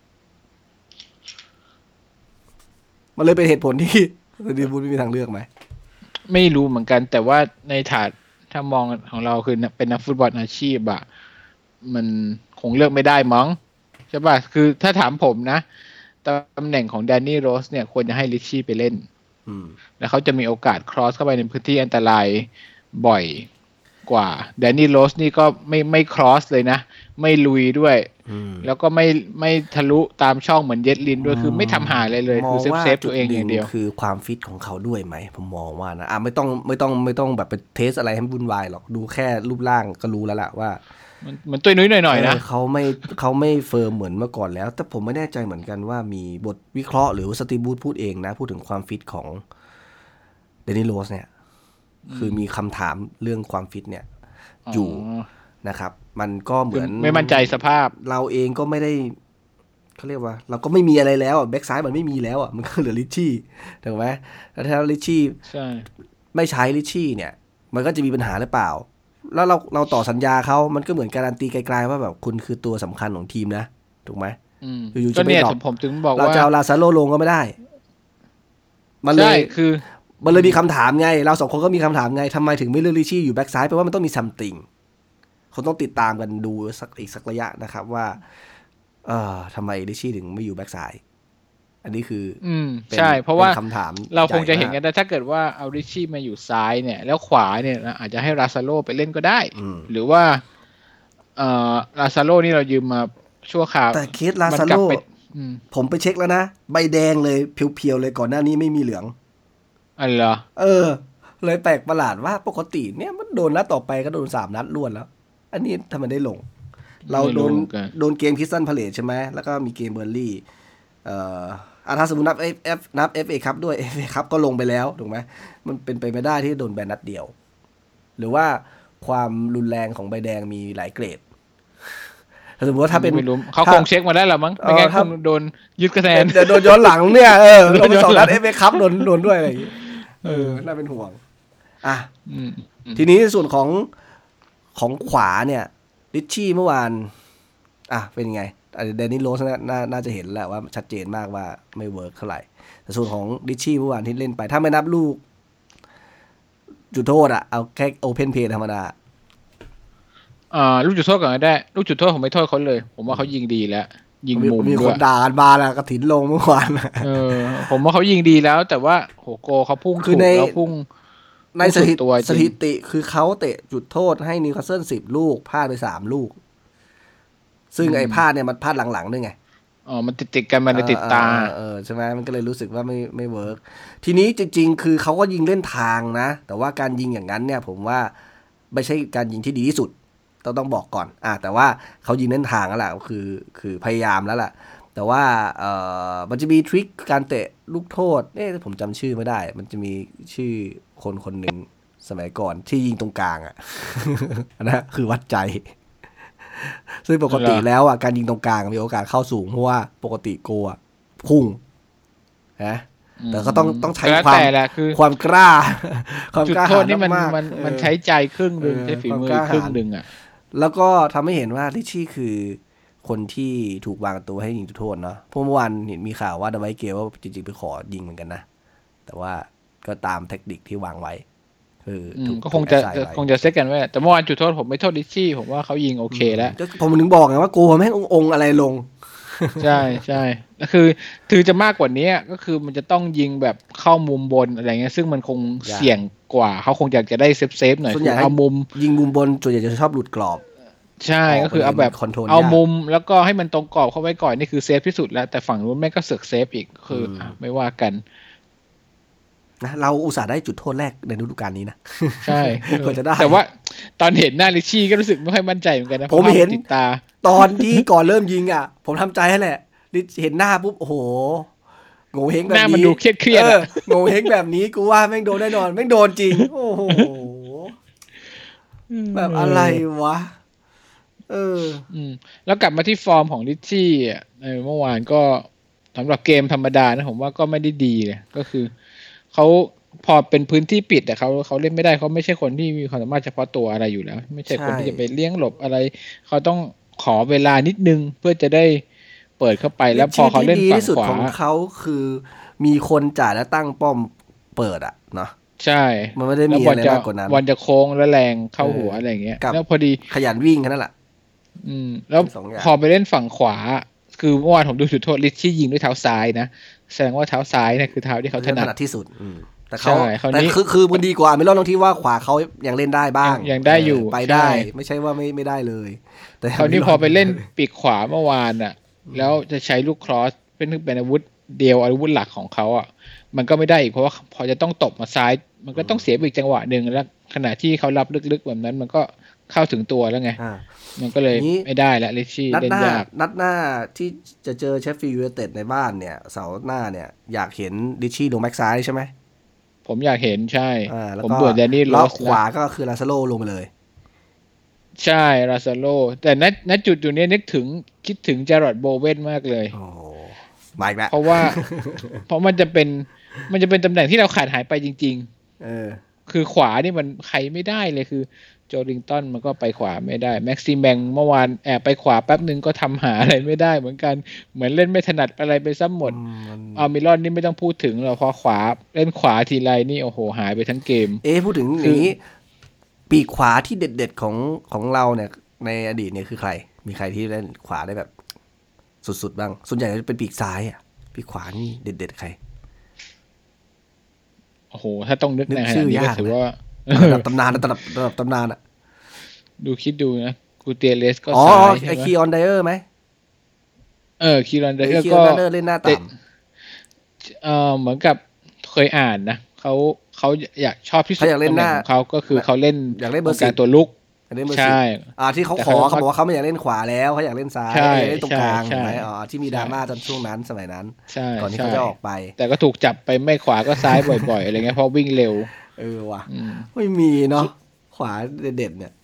Speaker 1: มันเลยเป็นเหตุผลที่ดีบูลไม่มีทางเลือกไหม
Speaker 2: ไม่รู้เหมือนกันแต่ว่าในถาดถ้ามองของเราคือเป็นนักฟุตบอลอาชีพอะมันคงเลือกไม่ได้มั้งใช่ป่ะคือถ้าถามผมนะตำแหน่งของแดนนี่โรสเนี่ยควรจะให้ลิชชี่ไปเล่นแล้วเขาจะมีโอกาสครอสเข้าไปในพื้นที่อันตรายบ่อยกว่าแดนนี่โรสนี่ก็ไม่ไม่ครอสเลยนะไม่ลุยด้วยแล้วก็ไม่ไม่ทะลุตามช่องเหมือนเย็ดลินด้วยคือไม่ทำหาอะไรเลยคือเซฟเซฟตัวเองอย่างเดียว
Speaker 1: คือความฟิตของเขาด้วยไหมผมมองว่านะอ่ะไม่ต้องไม่ต้องไม่ต้องแบบไปเทสอะไรให้วุ่นวายหรอกดูแค่รูปร่างก็รู้แล้วล่ะว่า
Speaker 2: มันเหมือนตัวนุ้ยหน่อยๆนะ
Speaker 1: เขาไม่เขาไม่เฟิร์มเหมือนเมื่อก่อนแล้วแต่ผมไม่แน่ใจเหมือนกันว่ามีบทวิเคราะห์หรือสตีบูธพูดเองนะพูดถึงความฟิตของเดนนี่โรสเนี่ยคือมีคำถามเรื่องความฟิตเนี่ยอยู่นะครับมันก็เหมือน
Speaker 2: ไม่มั่นใจสภาพ
Speaker 1: เราเองก็ไม่ได้เขาเรียกว่าเราก็ไม่มีอะไรแล้วแบ็กซ้ายมันไม่มีแล้วอ่ะมันก็เหลือลิชชี่ถูกไหมแล้วถ้าลิชชี่ไม่ใช้ลิชชี่เนี่ยมันก็จะมีปัญหาหรือเปล่าแล้วเราเราต่อสัญญาเขามันก็เหมือนการันตีไกลๆว่าแบบคุณคือตัวสำคัญของทีมนะถูกไหม
Speaker 2: อยู่ๆจะไม่ดรอปผมถึงบอกว่า
Speaker 1: เราจะเอาลาซาโลลงก็ไม่ได้
Speaker 2: มันเลยคือ
Speaker 1: มันเลยมีคำถามไงเราสองคนก็มีคำถามไงทำไมถึงไม่เลือกลิชชี่อยู่แบ็กซ้ายเพราะว่ามันต้องมีซัมติงเขาต้องติดตามกันดูสักอีกสักระยะนะครับว่าเอ่อทำไมลิชชี่ถึงไม่อยู่แบ็กซ้ายอันนี้คือ
Speaker 2: อืมใช่เพราะว่า
Speaker 1: คำถาม
Speaker 2: เราคงจะเห็นกันแต่ถ้าเกิดว่าเอาลิชชี่มาอยู่ซ้ายเนี่ยแล้วขวาเนี่ยอาจจะให้ลาซาโลไปเล่นก็ได้หรือว่าเอ่อลาซาโลนี่เรายืมมาชั่วคราว
Speaker 1: แต่เคสลาซาโลผมไปเช็คแล้วนะใบแดงเลยเพียวๆเลยก่อนหน้านี้ไม่มีเหลือง
Speaker 2: อ๋อเหรอ
Speaker 1: เออเลยแปลกประหลาดว่าปกติเนี่ยมันโดนนัดต่อไปก็โดนสามนัดรวดแล้วอันนี้ทำไมได้ลงเราโดนโดนเกมคริสตัลพาเลซใช่ไหมแล้วก็มีเกมเบอร์ลี่เอ่ออาถ้าสมมุตินับ เอฟ เอฟ นับ เอฟ เอ Cup ด้วย เอฟ เอ Cup ก็ลงไปแล้วถูกไหมมันเป็นไปไม่ได้ที่โดนแบนนัดเดียวหรือว่าความรุนแรงของใบแดงมีหลายเกรดสมมติว่าถ้าเป็น
Speaker 2: เขาคงเช็คมาได้แล้วมั้งไม่งั้นคงโดนยึดคะแนน
Speaker 1: เดี๋ยวโดนย้อนหลังเนี่ยเออโดนสองนัด เอฟ เอ Cup โดนโดนด้วยอะไรอย่างงี้เออน่าเป็นห่วงอ่ะทีนี้ในส่วนของของขวาเนี่ยลิชชี่เมื่อวานอ่ะเป็นไงแดนนี่โรสน่าน่าจะเห็นแหละว่าชัดเจนมากว่าไม่เวิร์กเท่าไหร่แต่ส่วนของลิชชี่เมื่อวานที่เล่นไปถ้าไม่นับลูกจุดโทษอ่ะเอาแค่โอเพนเพลย์ธรรมดา
Speaker 2: อ่าลูกจุดโทษก่อนก็ได้ลูกจุดโทษผมไม่โทษเขาเลยผมว่าเขายิงดีแล้วยิงมุมด้วย
Speaker 1: มีคนด่ากันบาแล้วกระถินลงเมื่อวาน
Speaker 2: เออผมว่าเขายิงดีแล้วแต่ว่าโหโกเขาพุ่งถูกแล้วพุ่ง
Speaker 1: ในสถิติสถิติคือเขาเตะจุดโทษให้นิวคาสเซิลสิบลูกพลาดไปสามลูกซึ่งไอ้พลาดเนี่ยมันพลาดหลังๆด้วยไง
Speaker 2: อ๋อมันติดๆกันมันติดตา
Speaker 1: เออใช่ไหมมันก็เลยรู้สึกว่าไม่ไม่เวิร์กทีนี้จริงๆคือเขาก็ยิงเล่นทางนะแต่ว่าการยิงอย่างนั้นเนี่ยผมว่าไม่ใช่การยิงที่ดีที่สุดต้องต้องบอกก่อนอ่ะแต่ว่าเขายิงเล่นทางแล้วแหละคือคือพยายามแล้วแหละแต่ว่าเอ่อมันจะมีทริคการเตะลูกโทษเอ๊ะผมจำชื่อไม่ได้มันจะมีชื่อคนคนหนึ่งสมัยก่อนที่ยิงตรงกลางอ่ะนะคือวัดใจซึ่งปกติแล้วอ่ะการยิงตรงกลางมีโอกาสเข้าสูงเพราะว่าปกติโกอ่ะพุ่งนะแต่ก็ต้องต้องใช้ความความกล้า
Speaker 2: ความกล้าจุดโทษนี่มันมันมันใช้ใจครึ่งนึงใช้ฝีมือครึ่งนึงอ่ะ
Speaker 1: แล้วก็ทำให้เห็นว่าลิชชี่คือคนที่ถูกวางตัวให้ยิงจุดโทษเนาะเพราะเมื่อวานเห็นมีข่าวว่าดาไวเกลว่าจริงๆไปขอยิงเหมือนกันนะแต่ว่าก็ตามเทคนิคที่วางไว้คือ
Speaker 2: ก็คงจะคงจะเซตกันไว้แต่เมื่อวานจุดโทษผมไม่โทษลิชชี่ผมว่าเขายิงโอเคแล้ว
Speaker 1: ผมถึงบอกไงว่าโกแม่งองค์อะไรลง
Speaker 2: ใช่ใช่คือถือจะมากกว่านี้ก็คือมันจะต้องยิงแบบเข้ามุมบนอะไรเงี้ยซึ่งมันคงเสี่ยงกว่าเขาคงอยากจะได้เซฟเซฟหน่อยคือเอามุม
Speaker 1: ยิงมุมบนส่วนใหญ่จะชอบหลุดกรอบ
Speaker 2: ใช่ก็คือเอาแบบเอามุมแล้วก็ให้มันตรงกรอบเข้าไว้ก่อนนี่คือเซฟที่สุดแล้วแต่ฝั่งนู้นแม่งก็เสือกเซฟอีกคือไม่ว่ากัน
Speaker 1: นะเราอุตส่าห์ได้จุดโทษแรกในฤดูกาลนี้นะ
Speaker 2: ใช่
Speaker 1: ควรจะได้
Speaker 2: แต่ว่าตอนเห็นหน้าลิชชี่ก็รู้สึกไม่ค่อยมั่นใจเหมือนกันนะ
Speaker 1: ผมเห็นติดตาตอนที่ก่อนเริ่มยิงอ่ะผมทำใจให้แหละเห็นหน้าปุ๊บโอ้โหโง่เฮงแบบนี้หน้า
Speaker 2: มันดูเครียดเครียด
Speaker 1: โง่เฮงแบบนี้กูว่าแม่งโดนแน่นอนแม่งโดนจริงโอ้โหแบบอะไรวะเออ
Speaker 2: แล้วกลับมาที่ฟอร์มของลิชชี่อ่ะเมื่อวานก็สำหรับเกมธรรมดานะผมว่าก็ไม่ได้ดีเลยก็คือเขาพอเป็นพื้นที่ปิดแต่เขาเขาเล่นไม่ได้เขาไม่ใช่คนที่มีความสามารถเฉพาะตัวอะไรอยู่แล้วไม่ใช่คนที่จะไปเลี้ยงหลบอะไรเขาต้องขอเวลานิดนึงเพื่อจะได้เปิดเข้าไปแล้วพอเขาเล่นฝั่งขวา
Speaker 1: ของเขาคือมีคนจ่ายแล้วตั้งป้อมเปิดอ่ะเนาะ
Speaker 2: ใช่
Speaker 1: มันไม่ได้มีอะไรมากกว่านั้น
Speaker 2: วันจะโค้งและแรงเข้าหัวอะไรอย่างเงี้ยแล้วพอดี
Speaker 1: ขยันวิ่งแค่นั้นแหละ
Speaker 2: อืมแล้วพอไปเล่นฝั่งขวาคือเมื่อวานผมดูจุดโทษลิชชี่ยิงด้วยเท้าซ้ายนะแสดงว่าเท้าซ้ายเนี่ยคือเท้าที่เขาถนัด
Speaker 1: ที่สุดแต่เขาแต่คือคือมันดีกว่าไม่รอดตรงที่ว่าขวาเขายังเล่นได้บ้าง
Speaker 2: ยังได้อยู่
Speaker 1: ไปได้ไม่ใช่ว่าไม่ไม่ได้เลย
Speaker 2: แต่คราวนี้พอไปเล่นปีกขวาเมื่อวานอ่ะแล้วจะใช้ลูกครอสเป็นเป็นอาวุธเดียวอาวุธหลักของเขาอ่ะมันก็ไม่ได้อีกเพราะว่าพอจะต้องตบมาซ้ายมันก็ต้องเสียอีกจังหวะหนึ่งแล้วขณะที่เขารับลึกๆแบบนั้นมันก็เข้าถึงตัวแล้วไงมันก็เลยไม่ได้แล้วลิชชี่เล่นยาก
Speaker 1: นัดหน้าที่จะเจอเชฟฟิลด์ยูไนเต็ดในบ้านเนี่ยเสาร์หน้าเนี่ยอยากเห็นลิชชี่ลงแบ็กซ้ายใช่ไหม
Speaker 2: ผมอยากเห็นใช่ผมเบื่อแดนนี่โรส
Speaker 1: ขวาก็คือลาซาโลลงไปเลย
Speaker 2: ใช่ลาซาโลแต่ณณจุดอยู่นี้นึกถึงคิดถึงเจอราร์ดโบเว่นมากเลย
Speaker 1: โอ้ไม่แม่
Speaker 2: เพราะว่าเพราะมันจะเป็นมันจะเป็นตำแหน่งที่เราขาดหายไปจริง
Speaker 1: ๆเออ
Speaker 2: คือขวานี่มันใครไม่ได้เลยคือโจลิงตันมันก็ไปขวาไม่ได้แม็กซิแมงเมื่อวานแอบไปขวาแป๊บนึงก็ทำหาอะไรไม่ได้เหมือนกันเหมือนเล่นไม่ถนัดอะไรไปซ้ำหมดอาร์มิลอนนี่ไม่ต้องพูดถึงเราพอขวาเล่นขวาทีไรนี่โอ้โหหายไปทั้งเกม
Speaker 1: เอ๊ะพูดถึงอย่างนี้ปีกขวาที่เด็ดๆของของเราเนี่ยในอดีตเนี่ยคือใครมีใครที่เล่นขวาได้แบบสุดๆบ้างส่วนใหญ่จะเป็นปีกซ้ายอ่ะปีกขวานี่เด็ดๆใคร
Speaker 2: โอ้โหถ้าต้องนึกในขณะนี้ก็ถือว่า
Speaker 1: ระดับตำนานระดับระดับตำนานอ่ะ
Speaker 2: ดูคิดดูนะกูเตียเลสก็ซ้ายใช่ไหม
Speaker 1: ไอคีออนไดเออร์ไหม
Speaker 2: เออคีออนไดเออร์
Speaker 1: ก็เล่นหน้าต่
Speaker 2: ำเออเหมือนกับเคยอ่านนะเขาเขาอยากชอบที่สุด
Speaker 1: ตำแหน่ง
Speaker 2: ของเขาก็คือเขาเล่น
Speaker 1: อยากเล่นเบอร์สิบ
Speaker 2: ตัวลุก
Speaker 1: ใช่อ่าที่เขาขอเขาบอกว่าเขาไม่อยากเล่นขวาแล้วเขาอยากเล่นซ้ายเล่นตรงกลางใช่ไหมอ๋อที่มีดราม่าตอนช่วงนั้นสมัยนั้นก่อนที่เขาจะออกไป
Speaker 2: แต่ก็ถูกจับไปไม่ขวาก็ซ้ายบ่อยๆอะไรเงี้ยเพราะวิ่งเร็ว
Speaker 1: เออว่ะไม่มีเนาะขวาเด็ดๆเนี่ย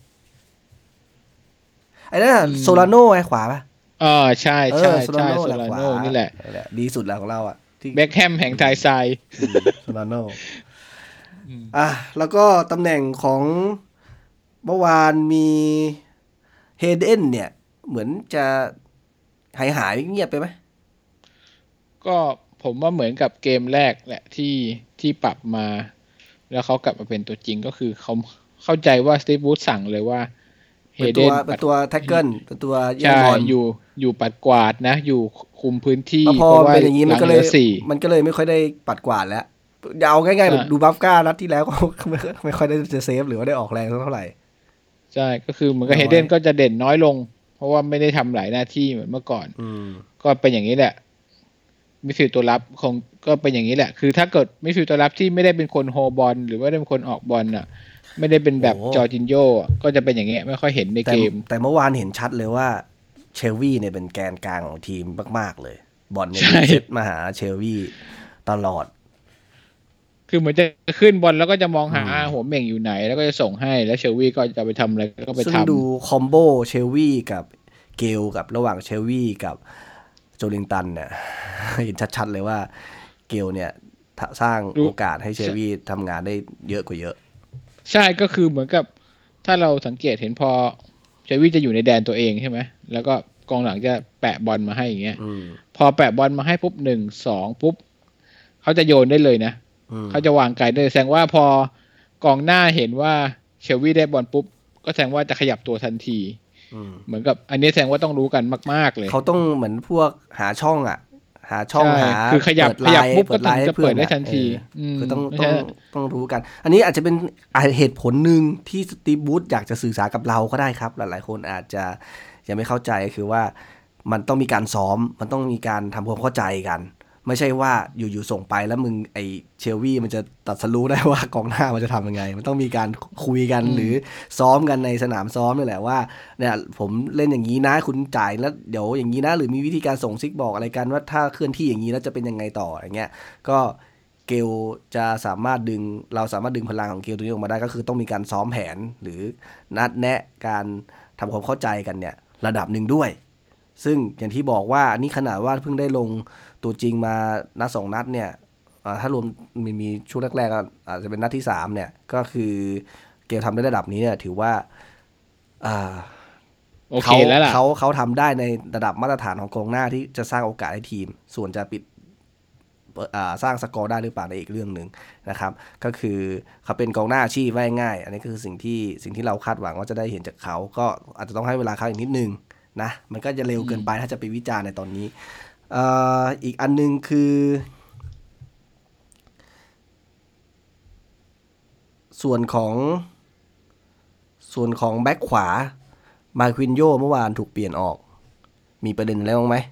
Speaker 1: ไอ้นั่นโซลาโน่ไอ้ขวาป่ะ
Speaker 2: เออใช่ใช่ใช่โซลาโน่นี่แหละ
Speaker 1: ดีสุดแล้วของเราอ่ะ
Speaker 2: ที่เบ็คแฮมแห่งไทยทราย
Speaker 1: โซลาโน่อ่ะแล้วก็ตำแหน่งของเมื่อวานมีเฮเดนเนี่ยเหมือนจะหายหายเงียบไปไหม
Speaker 2: ก็ผมว่าเหมือนกับเกมแรกแหละที่ที่ปรับมาแล้วเขากลับมาเป็นตัวจริงก็คือเขาเข้าใจว่าสตีฟวูดสั่งเลยว่า
Speaker 1: เฮเดนเป็นตัวแท็กเกิลเป็นตัว
Speaker 2: แย่งบอลอยู่อยู่ปัดกวาดนะอยู่คุมพื้นที่
Speaker 1: เพราะว่าเป็นอย่างนี้มันก็เลยมันก็เลยไม่ค่อยได้ปัดกวาดแล้วยาวง่ายๆดูบัฟก้านัดที่แล้วก็ไม่ไม่ค่อยได้จะเซฟหรือว่าได้ออกแรงเท่าไหร่
Speaker 2: ใช่ก็คือเหมือนกับเฮเดนก็จะเด่นน้อยลงเพราะว่าไม่ได้ทำหลายหน้าที่เหมือนเมื่อก่อนก็เป็นอย่างนี้แหละมิดฟิลด์ตัวรับคงก็เป็นอย่างนี้แหละคือถ้าเกิดมิดฟิลด์ตัวรับที่ไม่ได้เป็นคนโฮบอลหรือว่าเป็นคนออกบอลน่ะไม่ได้เป็นแบบจอร์จินโญ่ก็จะเป็นอย่างเงี้ยไม่ค่อยเห็นในเกม
Speaker 1: แต่เมื่อวานเห็นชัดเลยว่าเชลวีเนี่ยเป็นแกนกลางของทีมมากๆเลยบอลเนี่ยเซตมาหาเชลวีตลอด
Speaker 2: คือเหมือนจะขึ้นบอลแล้วก็จะมองหาหัวเม่งอยู่ไหนแล้วก็จะส่งให้แล้วเชลวีก็จะไปทำอะไรก็ไปทำ
Speaker 1: ซึ่งดูคอมโบเชลวีกับเกลกับระหว่างเชลวีกับโจลิงตันเนี่ยเห็นชัดๆเลยว่าเกลเนี่ยสร้างโอกาสให้เชลวีทำงานได้เยอะกว่าเยอะ
Speaker 2: ใช่ก็คือเหมือนกับถ้าเราสังเกตเห็นพอเชลวีจะอยู่ในแดนตัวเองใช่ไหมแล้วก็กองหลังจะแปะบอลมาให้อย่างเงี้ยพอแปะบอลมาให้ปุ๊บหนึ่งสองปุ๊บเขาจะโยนได้เลยนะเขาจะวางไกลได้แสดงว่าพอกองหน้าเห็นว่าเชลวีได้บอลปุ๊บก็แสดงว่าจะขยับตัวทันทีเหมือนกับอันนี้แสดงว่าต้องรู้กันมากๆเลย
Speaker 1: เขาต้องเหมือนพวกหาช่องอ่ะหาช่องหา
Speaker 2: คือขยับขยับปุ๊บก็จะเปิดได้ทันที
Speaker 1: คือต้องต้องต้องรู้กันอันนี้อาจจะเป็นเหตุผลหนึ่งที่สตีฟวูดอยากจะสื่อสารกับเราก็ได้ครับหลายๆคนอาจจะยังไม่เข้าใจคือว่ามันต้องมีการซ้อมมันต้องมีการทำความเข้าใจกันไม่ใช่ว่าอยู่ๆส่งไปแล้วมึงไอเชลวีมันจะตัดสรู้ได้ว่ากองหน้ามันจะทำยังไงมันต้องมีการคุยกันหรือซ้อมกันในสนามซ้อมนี่แหละว่าเนี่ยผมเล่นอย่างนี้นะคุณจ่ายแล้วเดี๋ยวอย่างนี้นะหรือมีวิธีการส่งซิกบอกอะไรกันว่าถ้าเคลื่อนที่อย่างนี้แล้วจะเป็นยังไงต่ออย่างเงี้ยก็เกลจะสามารถดึงเราสามารถดึงพลังของเกลตัวนี้ออกมาได้ก็คือต้องมีการซ้อมแผนหรือนัดแนะการทำความเข้าใจกันเนี่ยระดับหนึ่งด้วยซึ่งอย่างที่บอกว่านี่ขนาดว่าเพิ่งได้ลงตัวจริงมานัดสองนัดเนี่ยถ้ารวมมีมีช่วงแรกๆก็อาจจะเป็นนัดที่สามเนี่ยก็คือเกลทำได้ระดับนี้เนี่ยถือว่า
Speaker 2: โอเคแล้วล่ะ
Speaker 1: เขาเขาทำได้ในระดับมาตรฐานของกองหน้าที่จะสร้างโอกาสให้ทีมส่วนจะปิดสร้างสกอร์ได้หรือเปล่าในอีกเรื่องหนึ่งนะครับก็คือเขาเป็นกองหน้าอาชีพว่าง่ายอันนี้คือสิ่งที่สิ่งที่เราคาดหวังว่าจะได้เห็นจากเขาก็อาจจะต้องให้เวลาเขาอีกนิดนึงนะมันก็จะเร็วเกินไปถ้าจะไปวิจารณ์ในตอนนี้อีกอันนึงคือส่วนของส่วนของแบ็คขวามาควินโญ่เมื่อวานถูกเปลี่ยนออกมีประเด็นอะไรบ้างไหม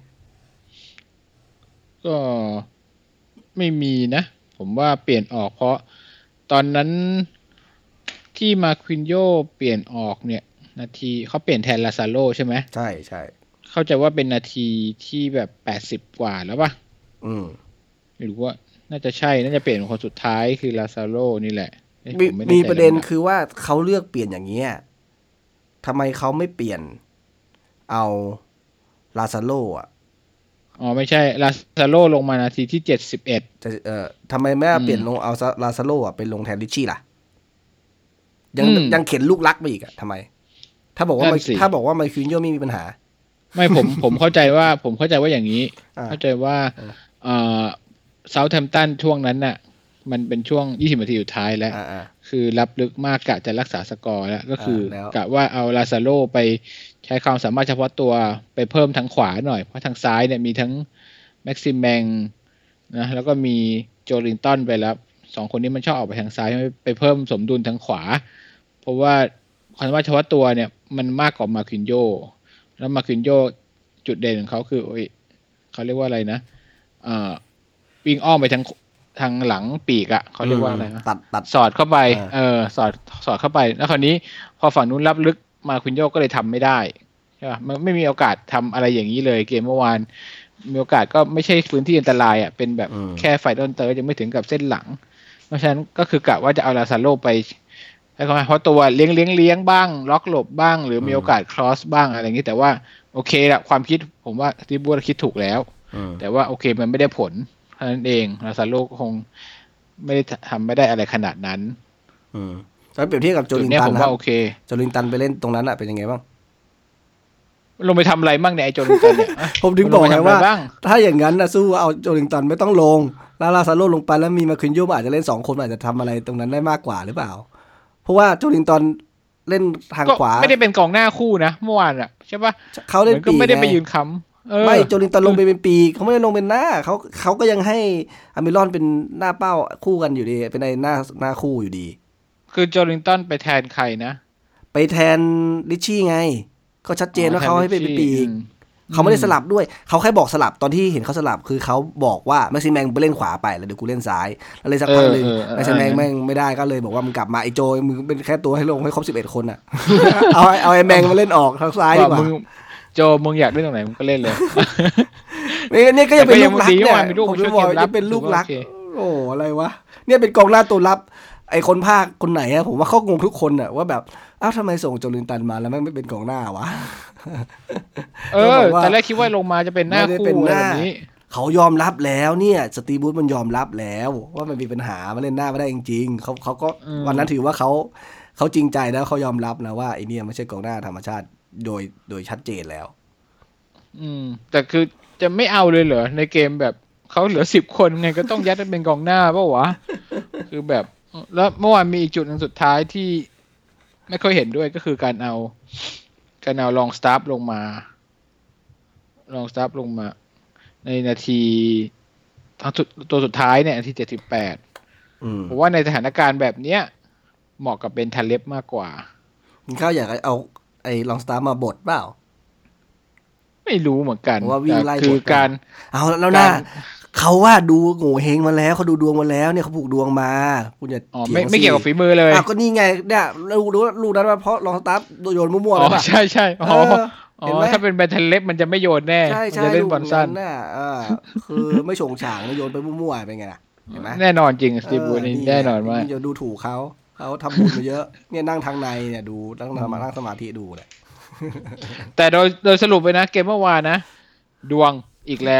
Speaker 2: ก็ไม่มีนะผมว่าเปลี่ยนออกเพราะตอนนั้นที่มาควินโญ่เปลี่ยนออกเนี่ยนาทีเขาเปลี่ยนแทนลาซาโลใช่ไหม
Speaker 1: ใช่ใช่
Speaker 2: เข้าใจว่าเป็นนาทีที่แบบแปดสิบกว่าแล้วป่ะ
Speaker 1: อืม
Speaker 2: ไม่รู้ว่าน่าจะใช่น่าจะเปลี่ยนคนสุดท้ายคือลาซาโลนี่แหละ
Speaker 1: มีมีประเด็นคือว่าเขาเลือกเปลี่ยนอย่างเงี้ยทำไมเขาไม่เปลี่ยนเอาลาซาโลอ่ะ
Speaker 2: อ๋อไม่ใช่ลาซาโลลงมานาทีที่เจ็ดสิบเอ็ด
Speaker 1: จะเอ่อทำไมไม่เปลี่ยนลงเอาลาซาโลอ่ะเป็นลงแทนริชชี่ล่ะยังยังเข็นลูกรักไปอีกอ่ะทำไมถ้าบอกว่าถ้าบอกว่าไมคินโยไม่มีปัญหา
Speaker 2: ไม่ผมผมเข้าใจว่าผมเข้าใจว่าอย่างนี้เข้าใจว่าเอ่อเซาท์แฮมป์ตันช่วงนั้นน่ะมันเป็นช่วงยี่สิบนาทีสุดท้ายแล้วคือรับลึกมากกะจะรักษาสกอร์แล้วก็คือกะว่าเอาลาซาโลไปใช้ความสามารถเฉพาะตัวไปเพิ่มทางขวาหน่อยเพราะทางซ้ายเนี่ยมีทั้งแม็กซิมแมงนะแล้วก็มีโจลินตันไปแล้วสองคนนี้มันชอบออกไปทางซ้ายไปเพิ่มสมดุลทางขวาเพราะว่าความสามารถเฉพาะตัวเนี่ยมันมากกว่ามาคินโยแล้วมาคินโยจุดเด่นของเขาคือโอ้ยเขาเรียกว่าอะไรนะเอ่อวิ่งอ้อมไปทางทางหลังปีกอ่ะเขาเรียกว่าอะไรนะ
Speaker 1: ตัดตัด
Speaker 2: สอดเข้าไปเออสอดสอดเข้าไปแล้วคราวนี้พอฝั่งนู้นรับลึกมาคินโยก็เลยทำไม่ได้ใช่ป่ะมันไม่มีโอกาสทำอะไรอย่างนี้เลยเกมเมื่อวานมีโอกาสก็ไม่ใช่พื้นที่อันตรายอ่ะเป็นแบบแค่ไฟต้นเตอร์ยังไม่ถึงกับเส้นหลังเพราะฉะนั้นก็คือกะว่าจะเอาลาซาโลไปเพราะตัวเลี้ยงเลี้ยงเลี้ยงบ้างล็อกหลบบ้างหรือมีโอกาสครอสบ้างอะไรอย่างนี้แต่ว่าโอเคละความคิดผมว่าที่บัวคิดถูกแล้วแต่ว่าโอเคมันไม่ได้ผลเท่านั้นเองลาซาโลคงไม่ได้ทำไม่ได้อะไรขนาดนั้น
Speaker 1: อืมแล้วเปรียบเทียบกับโจลินตัน
Speaker 2: นะครับโอเค
Speaker 1: โจลินตันไปเล่นตรงนั้นอะเป็นยังไงบ้าง
Speaker 2: ลงไปทำอะไรบ้างเนี่ยไอโจลินตันเนี่ย
Speaker 1: ผมถึงบอกไงว่าถ้าอย่างนั้นนะสู้เอาโจลินตันไม่ต้องลงแล้วลาซาโลลงไปแล้วมีมาคินโยอาจจะเล่นสองคนอาจจะทำอะไรตรงนั้นได้มากกว่าหรือเปล่าเพราะว่าโจลินตันเล่นทางขวา
Speaker 2: ไม่ได้เป็นกองหน้าคู่นะเมื่อวานอ่ะใช่ป่ะ
Speaker 1: เขาเล่นปีก
Speaker 2: ไม่ได้ไปยืนค้ำ
Speaker 1: ไม่โจลินตันลงไปเป็นปีกเขาไม่ได้ลงเป็นหน้าเขาเขาก็ยังให้อามิรอนเป็นหน้าเป้าคู่กันอยู่ดีเป็นในหน้าหน้าคู่อยู่ดี
Speaker 2: คือโจลินตันไปแทนใครนะ
Speaker 1: ไปแทนริชชี่ไงก็ชัดเจนว่าเขาให้เป็นปีกเขาไม่ได้สลับด้วยเขาแค่บอกสลับตอนที่เห็นเขาสลับคือเขาบอกว่าแม็กซิมแมงไปเล่นขวาไปแล้วเดี๋ยวกูเล่นซ้ายแล้วเลยสักพักนึงแม็กซิมแมงแม่งไม่ได้ก็เลยบอกว่ามึงกลับมาไอ้โจมึงเป็นแค่ตัวให้ลงให้ครบสิบเอ็ดคนน่ะเอาเอาไอ้แมงมาเล่นออกทางซ้ายดีกว่า
Speaker 2: โจมึงอยากเล่นตรงไหนมึงก็เล่นเลย
Speaker 1: นี่นี่ก็ยังเป็นลูกรักเนี่ยผมจะบอกจะเป็นลูกรักโอ้อะไรวะเนี่ยเป็นกองหน้าตัวรับไอ้คนภาคคนไหนอะผมว่าเขางงทุกคนอะว่าแบบอ้าวทำไมส่งโจลินตันมาแล้วแม่งไม่เป็นกองหน้าวะ
Speaker 2: เออแต่แรกคิดว่าลงมาจะเป็นหน้าคู่แบบนี้
Speaker 1: เขายอมรับแล้วเนี่ยสตีบูธมันยอมรับแล้วว่ามันมีปัญหามาเล่นหน้าไม่ได้จริงๆเขาเขาก็วันนั้นถือว่าเขาเขาจริงใจแล้วเขายอมรับนะว่าไอ้นี่ไม่ใช่กองหน้าธรรมชาติโดยโดยชัดเจนแล้ว
Speaker 2: อืมแต่คือจะไม่เอาเลยเหรอในเกมแบบเขาเหลือสิบคนไงก็ต้องยัดเป็นกองหน้าป่ะวะคือแบบแล้วเมื่อวานมีอีกจุดหนึ่งสุดท้ายที่ไม่ค่อยเห็นด้วยก็คือการเอาการเอาลองสตาร์ฟลงมาลองสตาร์ฟลงมาในนาทีทั้งตัวสุดท้ายเนี่ยนาทีเจ็ดสิบแปดผมว่าในสถานการณ์แบบเนี้ยเหมาะกับเบนทาเล็บมากกว่า
Speaker 1: เขาอยากเอาไอ้ลองสตาร์ฟมาบดเปล่า
Speaker 2: ไม่รู้เหมือนกัน
Speaker 1: ว่าวิ่งไล่
Speaker 2: คือการ
Speaker 1: เอาแล้วนะเขาว่าดูโง่เฮงมาแล้วเขาดูดวงมาแล้วเนี่ยเขาผูกดวงมาคุณอย่า
Speaker 2: เถียงสิไม่เกี่ยวกับฝีมือเลย
Speaker 1: อ้าวก็นี่ไงเนี่ยลูกลูกนั้นว่าเพราะลองสตาร์ฟโยนมั่วๆ
Speaker 2: แล้วป่ะใช่ใช่อ๋ออ๋อถ้าเป็นแบนเทนเล็บมันจะไม่โยนแน่
Speaker 1: จะ
Speaker 2: เล่นบอลสั้น
Speaker 1: น่ะเออคือไม่โฉงฉางโยนไปมั่วๆเป็นไงล่ะเห็นไหม
Speaker 2: แน่นอนจริงสตีฟวูดนี่แน่นอนว่า
Speaker 1: อย่าดูถูกเขาเขาทำบุญมาเยอะเนี่ยนั่งทางในเนี่ยดูนั่งมานั่งสมาธิดูเนี่ย
Speaker 2: แต่โดยโดยสรุปไปนะเกมเมื่อวานนะดวงอีกแล้ว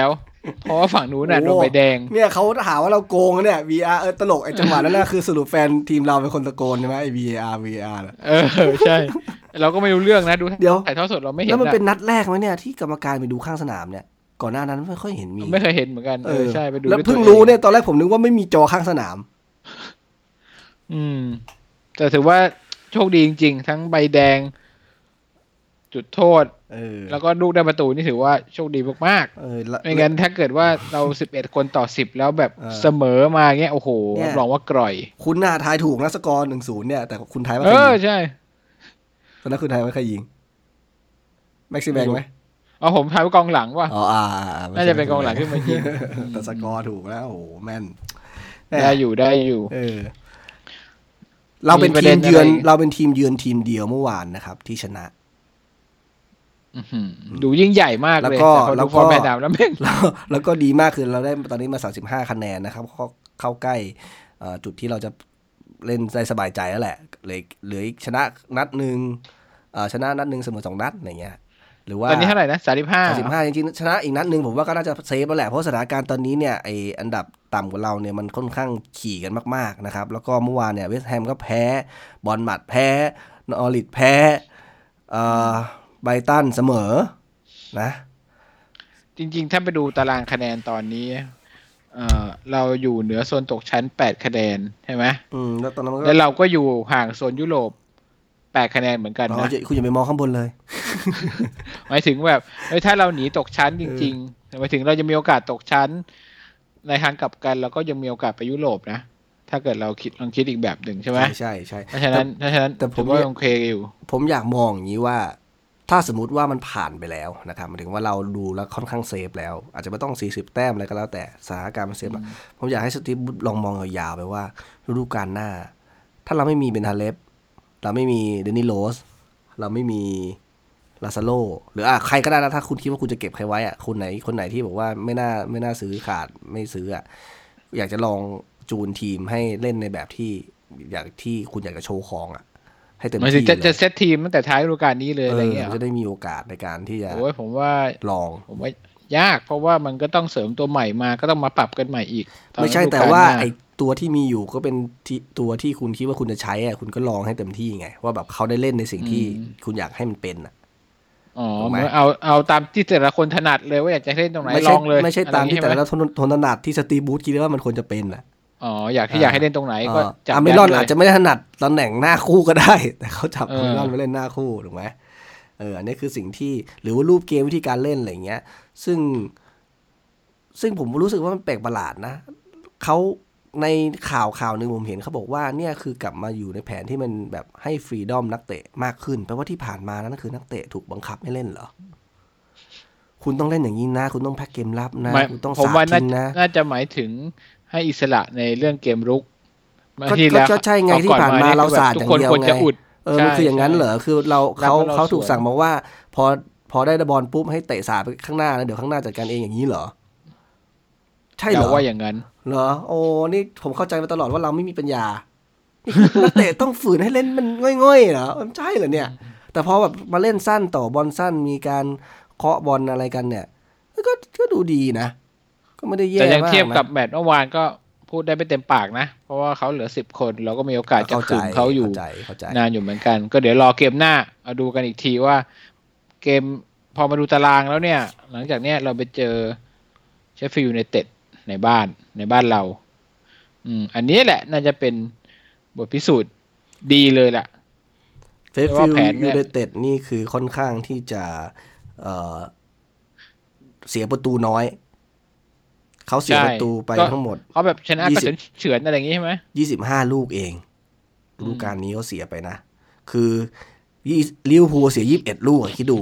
Speaker 2: เพราะว่าฝั่งนู้นน่ะโดนใบแดง
Speaker 1: เนี่ยเขาถามว่าเราโกงเนี่ย วี อาร์ เออตลกไอ้จังหวะนั้นน่ะคือสรุปแฟนทีมเราเป็นคนตะโกนใช่ไหมไอ้ วี อาร์ วี อาร์
Speaker 2: เออใช่เราก็ไม่รู้เรื่องนะดู
Speaker 1: เดี๋ยว
Speaker 2: ถ่ายทอดสดเราไม่เห็น
Speaker 1: แล้วมันเป็นนัดแรกมั้ยเนี่ยที่กรรมการไปดูข้างสนามเนี่ยก่อนหน้านั้นไม่ค่อยเห็นมี
Speaker 2: ไม่เคยเห็นเหมือนกันเออใช่ไปดู
Speaker 1: แล้วเพิ่งรู้เนี่ยตอนแรกผมนึกว่าไม่มีจอข้างสนาม
Speaker 2: อืมแต่ถือว่าโชคดีจริงๆทั้งใบแดงจุดโทษ
Speaker 1: เออ
Speaker 2: แล้วก็ลูกได้ประตูนี่ถือว่าโชคดีมากๆเออไม่งั้นถ้าเกิดว่าเราสิบเอ็ดคนต่อสิบแล้วแบบเสมอมาเงี้ยโอ้โหรับรองว่ากร่อย
Speaker 1: คุณน่าทายถูกนะสกอร์ หนึ่งศูนย์ เนี่ยแต่คุณทายว่า
Speaker 2: ใครยิงเออใช่
Speaker 1: ตอนนั้นคุณทายว่าใครยิงแม็กซิแบงมั้ย
Speaker 2: อ๋อผมทายว่ากองหลังว่ะ
Speaker 1: อ๋ออ่า
Speaker 2: น่าจะเป็นกองหลังขึ้นมายิง
Speaker 1: แต่สกอร์ถูกแล้วโอ้โหแม่น
Speaker 2: ได้อยู่ได้อยู่
Speaker 1: เออเราเป็นทีมเยือนเราเป็นทีมเยือนทีมเดียวเมื่อวานนะครับที่ชนะ
Speaker 2: ดูยิ่งใหญ่มากเลยแล้วก็แม่ดาวแล้วแม่ง
Speaker 1: แล้วก็ดีมากคือเราได้ตอนนี้มาสามสิบห้าคะแนนนะครับเข้าใกล้จุดที่เราจะเล่นได้สบายใจแล้วแหละเลยเหลืออีกชนะนัดนึงชนะนัดนึงเสมอสองนัดอะไรเงี้ยหรือว่า
Speaker 2: ตอนนี้เท่าไหร่นะสามสิบห้า
Speaker 1: สามสิบห้าจริงๆชนะอีกนัดนึงผมว่าก็น่าจะเซฟแล้วแหละเพราะสถานการณ์ตอนนี้เนี่ยไออันดับต่ำกว่าเราเนี่ยมันค่อนข้างขี่กันมากๆนะครับแล้วก็เมื่อวานเนี่ยเวสต์แฮมก็แพ้บอร์นมัธแพ้นอริทแพ้ไบรตันเสมอนะ
Speaker 2: จริงๆถ้าไปดูตารางคะแนนตอนนี้เอ่อเราอยู่เหนือโซนตกชั้นแปดคะแนนใช่ไหม
Speaker 1: อืมแล้วตอนนั้น
Speaker 2: แล้วเราก็อยู่ห่างโซนยุโรปแปดคะแนนเหมือนกันนะ
Speaker 1: คุณอย่าไปมองข้างบนเลย
Speaker 2: หมายถึงแบบเฮ้ยถ้าเราหนีตกชั้นจริงๆหมายถึงเราจะมีโอกาสตกชั้นในทางกลับกันเราก็ยังมีโอกาสไปยุโรปนะถ้าเกิดเราคิดลองคิดอีกแบบหนึ่งใช่ไหม
Speaker 1: ใช่ใช่
Speaker 2: เพราะฉะนั้นเพราะฉะนั้น
Speaker 1: แต่ผม
Speaker 2: ว่าโอเคอยู่
Speaker 1: ผมอยากมองอย่างนี้ว่าถ้าสมมุติว่ามันผ่านไปแล้วนะครับหมายถึงว่าเราดูแล้วค่อนข้างเซฟแล้วอาจจะไม่ต้องสี่สิบแต้มอะไรก็แล้วแต่สถานการณ์มันเซฟแล้วผมอยากให้สตีฟลองมองยาวๆไปว่าฤดูกาลหน้าถ้าเราไม่มีเบนทาเลฟเราไม่มีเดนิโรสเราไม่มีลาซาโลหรืออ่ะใครก็ได้นะถ้าคุณคิดว่าคุณจะเก็บใครไว้อ่ะคุณไหนคนไหนที่บอกว่าไม่น่าไม่น่าซื้อขาดไม่ซื้ออ่ะอยากจะลองจูนทีมให้เล่นในแบบที่อยากที่คุณอยากจะโชว์ของอ่ะให้เต็มที่
Speaker 2: จะจะเซตทีมตั้งแต่ท้ายฤดูกาลนี้เลยอะไรเงี้ย
Speaker 1: จะได้มีโอกาสในการที่จะ
Speaker 2: โอ้ยผมว่า
Speaker 1: ลอง
Speaker 2: ผมว่ายากเพราะว่ามันก็ต้องเสริมตัวใหม่มาก็ต้องมาปรับกันใหม่อีก
Speaker 1: ไม่ใช่แต่ว่าไอตัวที่มีอยู่ก็เป็นตัวที่คุณคิดว่าคุณจะใช้อ่ะคุณก็ลองให้เต็มที่ไงว่าแบบเขาได้เล่นในสิ่งที่คุณอยากให้มันเป็นอ่ะ
Speaker 2: อ๋อเอาเอาตามที่แต่ละคนถนัดเลยว่าอยากจะเล่นตรงไหนลองเลย
Speaker 1: ไม่ใช่ตามที่แต่ละคนถนัดที่สตีบูธคิดว่ามันควรจะเป็นอ่ะ
Speaker 2: อ๋ออยากที่อยากให้เล่นตรงไหนก็
Speaker 1: จับอเมรอนอาจจะไม่ได้ถนัดตำแหน่งหน้าคู่ก็ได้แต่เขาจับอเมรอนไปเล่นหน้าคู่ถูกไหมเอออันนี้คือสิ่งที่หรือว่ารูปเกมวิธีการเล่นอะไรเงี้ยซึ่งซึ่งผมรู้สึกว่ามันแปลกประหลาดนะเขาในข่าวข่าวหนึ่งผมเห็นเขาบอกว่าเนี่ยคือกลับมาอยู่ในแผนที่มันแบบให้ฟรีดอมนักเตะมากขึ้นแปลว่าที่ผ่านมานั่นคือนักเตะถูกบังคับให้เล่นเหรอคุณต้องเล่นอย่างนี้นะคุณต้องแพ็กเกมรับนะคุณต้องสาธิตนะ
Speaker 2: น่าจะหมายถึงให้อิสระในเรื่องเกมรุก
Speaker 1: ก็ใช่ไงที่ผ่านมาเราสาดอย่างเดียวไงเออมันคืออย่างนั้นเหรอคือเราเขาเขาถูกสั่งมาว่าพอพอได้บอลปุ๊บให้เตะสาดไปข้างหน้าแล้วเดี๋ยวข้างหน้าจัดการเองอย่างนี้เหรอใช่เหรอ
Speaker 2: ว่าอย่างนั้น
Speaker 1: เหรอโอ้นี่ผมเข้าใจมาตลอดว่าเราไม่มีปัญญานักเตะต้องฝืนให้เล่นมันง่อยๆเหรอใช่เหรอเนี่ยแต่พอแบบมาเล่นสั้นต่อบอลสั้นมีการเคาะบอลอะไรกันเนี่ยก็ก็ดูดีนะก็ไม่ได้แย่มากนะ
Speaker 2: แต่ยังเทียบกับแมตช์เมื่อวานก็พูดได้ไม่เต็มปากนะเพราะว่าเขาเหลือสิบคนเราก็มีโอกาสจะขึงเขาอยู่นานอยู่เหมือนกันก็เดี๋ยวรอเกมหน้าเอาดูกันอีกทีว่าเกมพอมาดูตารางแล้วเนี่ยหลังจากเนี้ยเราไปเจอเชฟฟิลด์ยูไนเต็ดในบ้านในบ้านเราอืมอันนี้แหละน่าจะเป็นบทพิสูจน์ดีเลยล่ะ
Speaker 1: เชฟฟิลด์ยูไนเต็ดนี่คือค่อนข้างที่จะเอ่อเสียประตูน้อยเขาเสียประตูไปทั้งหมด
Speaker 2: เขาแบบชนะก็เฉือนอะไรอย่างงี้ใช่ไหม
Speaker 1: ยี่สิบห้าลูกเองฤดูกาลนี้เขาเสียไปนะคือลิเวอร์พูลเสียยี่สิบเอ็ดลูกคิดดู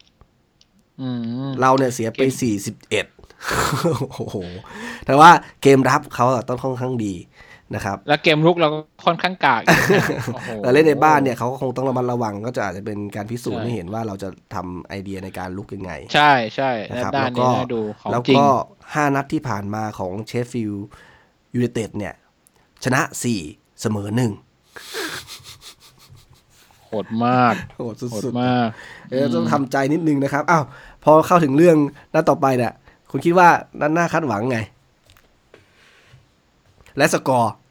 Speaker 1: เราเนี่ยเสียไปสี่สิบเอ็ดโอ้โหแต่ว่าเกมรับเขาต้องค่อนข้างดีนะครับ
Speaker 2: แล้วเกมรุกเราก็ค่อนข้างกาก
Speaker 1: แต่เล่นในบ้านเนี่ยเขาก็คงต้องระมัดระวังก็จะอาจจะเป็นการพิสูจน์ให้เห็นว่าเราจะทำไอเดียในการลุกยังไง
Speaker 2: ใช่ใช่
Speaker 1: นะครับแล้วก็แล้วก็ห้านัดที่ผ่านมาของเชฟฟิลด์ยูไนเต็ดเนี่ยชนะสี่เสมอหนึ่ง
Speaker 2: โหดมาก
Speaker 1: โหดสุดๆมากเออต้องทำใจนิดนึงนะครับอ้าวพอเข้าถึงเรื่องนัดต่อไปเนี่ยคุณคิดว่าด้านหน้าคาดหวังไงและสกอร์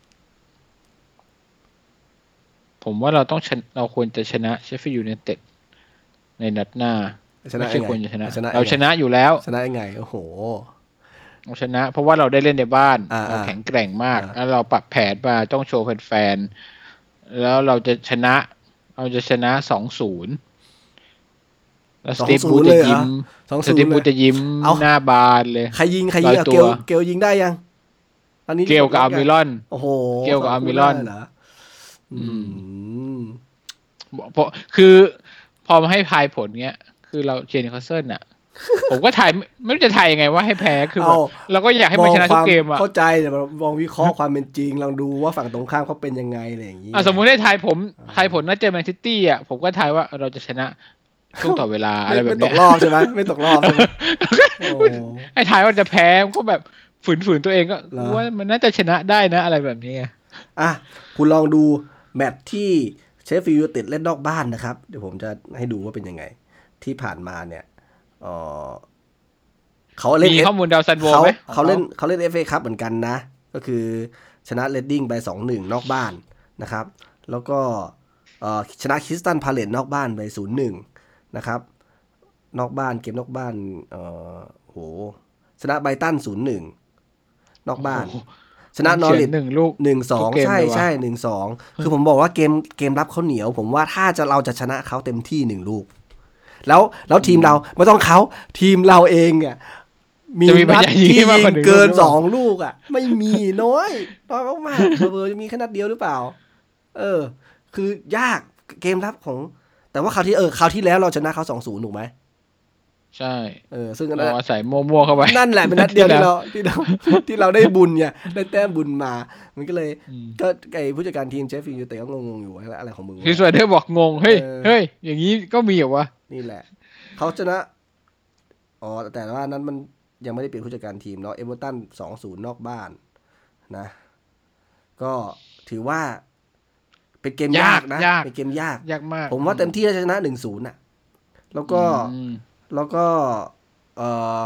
Speaker 2: ผมว่าเราต้องเราควรจะชนะเชฟฟี่ยูไนเต็ดในนัดหน้าไม่ใช่ควรจะชนะเราชนะอยู่แล้ว
Speaker 1: ชนะยังไงโอ้โห
Speaker 2: เราชนะเพราะว่าเราได้เล่นในบ้านเราแข็งแกร่งมากแล้วเราปรับแผนมาต้องโชว์แฟนๆแล้วเราจะชนะเราจะชนะ สองศูนย์ แล้วสตีฟบูธจะยิ้มสตีฟบูธจะยิ้มหน้าบานเลย
Speaker 1: ใครยิงใครยิงเกลเกลยิงได้ยัง
Speaker 2: ตอนนี้เกลกับอาร์มิลอน
Speaker 1: โอ้โห
Speaker 2: เกลกับอาร์มิลอน
Speaker 1: เหรออืม
Speaker 2: เพราะคือพอมาให้ทายผลเงี้ยคือเราเชียร์นิวคาสเซิลน่ะผมก็ทายไม่รู้จะทายยังไงว่าให้แพ้คือแบบเราก็อยากให้มันชนะทุกเกมอ่ะ
Speaker 1: เข้าใจแต่มองวิเคราะห์ความเป็นจริงลองดูว่าฝั่งตรงข้ามเขาเป็นยังไงอะไรอย่างงี้
Speaker 2: อ่ะสมมุติได้ทายผมทายผลน่าเจอแมนซิตี้อ่ะผมก็ทายว่าเราจะชนะช่วงต่อเวลาอะไรแบบนี้
Speaker 1: ไม่ตกรอบใช่ไหมไม่ตกรอบใช่ไหม
Speaker 2: ไอ้ทายว่าจะแพ้ก็แบบฝืนๆตัวเองก็ว่ามันน่าจะชนะได้นะอะไรแบบนี้
Speaker 1: อ่ะคุณลองดูแมตช์ที่เชฟฟิลด์ยูไนเต็ดเล่นนอกบ้านนะครับเดี๋ยวผมจะให้ดูว่าเป็นยังไงที่ผ่านมาเนี่ยเออเขาเล่น
Speaker 2: มีข้อมูลดาวซันโวไหม
Speaker 1: เขาเล่นเขาเล่น เอฟ เอ Cup เหมือนกันนะก็คือชนะเรดดิ้งไป สองหนึ่ง นอกบ้านนะครับแล้วก็ชนะคริสตัลพาเลซนอกบ้านไป ศูนย์หนึ่ง นะครับนอกบ้านเกมนอกบ้านเอ่อโหชนะไบรตัน ศูนย์หนึ่ง นอกบ้านชนะนอริท
Speaker 2: หนึ่งลูก
Speaker 1: หนึ่งสอง ใช่ใช่หนึ่งสองคือผมบอกว่าเกมเกมรับเขาเหนียวผมว่าถ้าจะเราจะชนะเขาเต็มที่หนึ่งลูกแล้วแล้วทีมเราไม่ต้องเขาทีมเราเองอ่ะมีนัดที่ยิงเกินสองลูกอ่ะไม่มีน้อยน้อยมากๆเบอร์จะมีแค่นัดเดียวหรือเปล่าเออคือยากเกมรับของแต่ว่าคราวที่เออคราวที่แล้วเราชนะเขา สองศูนย์ ถูกมั้ย
Speaker 2: ใช่
Speaker 1: เออซึ่ง
Speaker 2: เราอาศัยมั่วๆเข้าไป
Speaker 1: นั่นแหละเป็นนัดเดียวที่เราที่เราที่เราได้บุญไงได้แต้มบุญมามันก็เลยก็ไอ้ผู้จัดการทีมเชฟฟิลด์ยูไนเต็ดก็งงๆอยู่ว่าอะไรของมึง
Speaker 2: พี่สวยเดอร์บอกงงเฮ้ยเฮ้ยอย่างนี้ก็มีเหรอวะ
Speaker 1: นี่แหละเขาชนะอ๋อแต่ว่านั้นมันยังไม่ได้เปลี่ยนผู้จัดการทีมเนาะเอเวอร์ตัน สองศูนย์ นอกบ้านนะก็ถือว่าเป็นเกมยากนะเป็นเกมยาก
Speaker 2: ยากมาก
Speaker 1: ผมว่าเต็มที่จะชนะ หนึ่งศูนย์ น่ะแล้วก็แล้วก็เอ่อ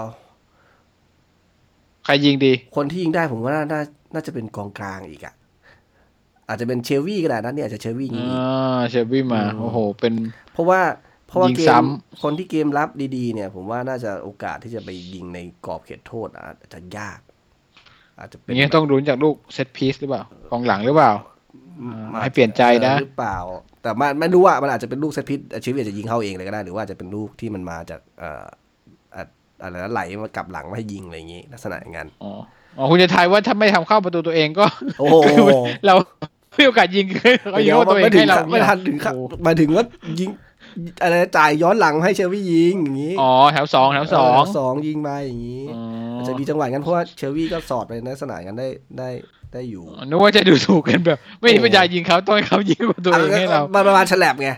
Speaker 2: ใครยิงดี
Speaker 1: คนที่ยิงได้ผมว่าน่าน่าจะเป็นกองกลางอีกอ่ะอาจจะเป็นเชลวี่ก็ได้นะเนี่ยอาจจะเชลวี่ยิง
Speaker 2: อ่าเชลวี่มาโอ้โหเป็น
Speaker 1: เพราะว่าเพราะว่าเกมคนที่เกมรับดีๆเนี่ยผมว่าน่าจะโอกาสที่จะไปยิงในกรอบเขตโทษอาจจะยากอาจจะเป็น
Speaker 2: อย่างนี้ต้องลุ้นจากลูกเซตพีซหรือเปล่ากองหลังหรือเปล่าให้เปลี่ยนใจนะ
Speaker 1: หรือเปล่าแต่มันไม่รู้ว่ามันอาจจะเป็นลูกเซตพีซเชลวี่จะยิงเข้าเองเลยก็ได้หรือว่าจะเป็นลูกที่มันมาจากเอ่ออะไรนะไหลมากลับหลังมาให้ยิงอะไรอย่างนี้ลักษณะอย่างนั้น
Speaker 2: อ๋ออ๋อคุณจะทายว่าถ้าไม่ทำเข้าประตูตัวเองก็
Speaker 1: โอ้โห
Speaker 2: เราไม่โอกาสยิงเขายิงเข้าตัวเองให้เรา
Speaker 1: ไม่ทันถึงมาถึงว่ายิงอะไรจ่ายย้อนหลังให้เชลวี่ยิงอย่างนี้
Speaker 2: อ๋อแถวสองแถวสอง
Speaker 1: สองยิงมาอย่างนี้อาจจะมีจังหวะงั้นเพราะว่าเชลวี่ก็สอดไปในลักษณะกันได้ได้ได้อยู่
Speaker 2: นึกว่าจะดูถูกกันแบบไม่มีปัญญายิงเขาต้องให้เขายิงตัวเองให้เรา
Speaker 1: ประมาณฉลับไง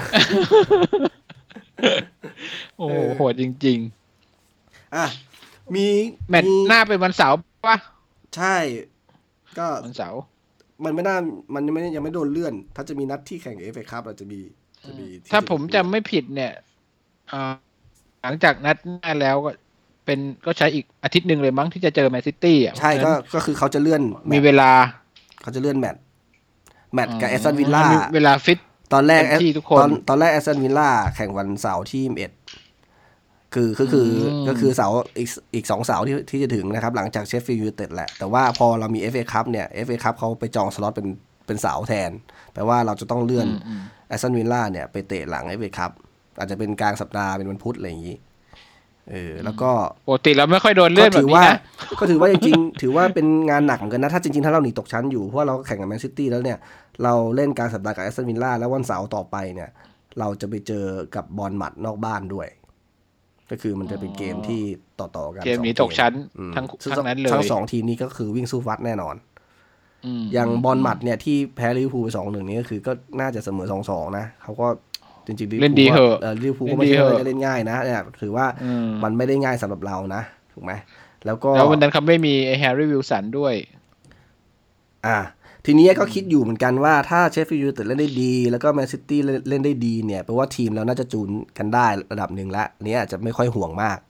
Speaker 2: โอ้โหโหดจริง
Speaker 1: ๆอ่ะมี
Speaker 2: แมตช์หน้าเป็นวันเสาร์ป่ะ
Speaker 1: ใช่ก็
Speaker 2: วันเสาร์
Speaker 1: มันไม่น่ามันยังไม่ยังไม่โดนเลื่อนถ้าจะมีนัดที่แข่ง เอฟ เอ Cup อาจจะมีจะมี
Speaker 2: ถ้าผมจำไม่ผิดเนี่ยหลังจากนัดหน้าแล้วก็เป็นก็ใช้อีกอาทิตย์นึงเลยมั้งที่จะเจอแมนซิตี้อ่ะ
Speaker 1: ใช่ก็ก็คือเขาจะเลื่อน
Speaker 2: มีเวลา
Speaker 1: เขาจะเลื่อนแมตช์แมตช์กับแอสตันวิลล่า
Speaker 2: เวลาฟิต
Speaker 1: ตอนแรกตอนตอนแรกแอสตันวิลล่าแข่งวันเสาร์ที่ยี่สิบเอ็ดคือคือคือก็คือเสาร์อีกอีกสองเสาร์ที่ที่จะถึงนะครับหลังจากเชฟฟิลด์ยูไนเต็ดแหละแต่ว่าพอเรามี เอฟ เอ Cup เนี่ย เอฟ เอ Cup เขาไปจองสล็อตเป็นเป็นเสาร์แทนแปลว่าเราจะต้องเลื่อนแอสตันวิลล่าเนี่ยไปเตะหลัง เอฟ เอ Cup อาจจะเป็นกลางสัปดาห์เป็นวันพุธอะไรอย่างนี้เออแล้วก็
Speaker 2: ปกติเราไม่ค่อยโดนเลื่อนแบบนี้นะ
Speaker 1: ก็ถือว่าจริงๆถือว่าเป็นงานหนักเหมือนกันนะถ้าจริงๆถ้าเราหนีตกชั้นอยู่เพราะเราแข่งกับแมนซิตี้แล้วเนี่ยเราเล่นกลางสัปดาห์กับแอสตันวิลล่าแล้ววันเสาร์ต่อไปเนี่ยเราจะไปเจอกับบอร์นมัธนอกบ้านด้วยก็คือมันจะเป็นเกมที่ต่อๆกัน
Speaker 2: เกมนี้ตกชั้นทั้งทั้งนั้นเลย
Speaker 1: ทั้งสองทีมนี้ก็คือวิ่งสู้ฟัดแน่นอนอย่างบอร์นมัธเนี่ยที่แพ้ลิเวอร์พูล สองหนึ่ง นี่ก็คือก็น่าจะเสมอ สองสอง นะเขาก็จริงๆ
Speaker 2: เล่นดีเหอะ
Speaker 1: ลิเวอร์พูลก็ไม่ใช่ว่าจะเล่นง่ายนะเนี่ยถือว่ามันไม่ได้ง่ายสำหรับเรานะถูกไหมแล้วก็
Speaker 2: แล้ววันนั้นเขาไม่มีไอ้แฮร์รี่วิลสันด้วย
Speaker 1: อ่าทีนี้ก็คิดอยู่เหมือนกันว่าถ้าเชฟฟิลด์ยูไนเต็ดเล่นได้ดีแล้วก็แมนซิตี้เล่นได้ดีเนี่ยแปลว่าทีมเราน่าจะจูนกันได้ระดับหนึ่งละนี้อาจจะไม่ค่อยห่วงมาก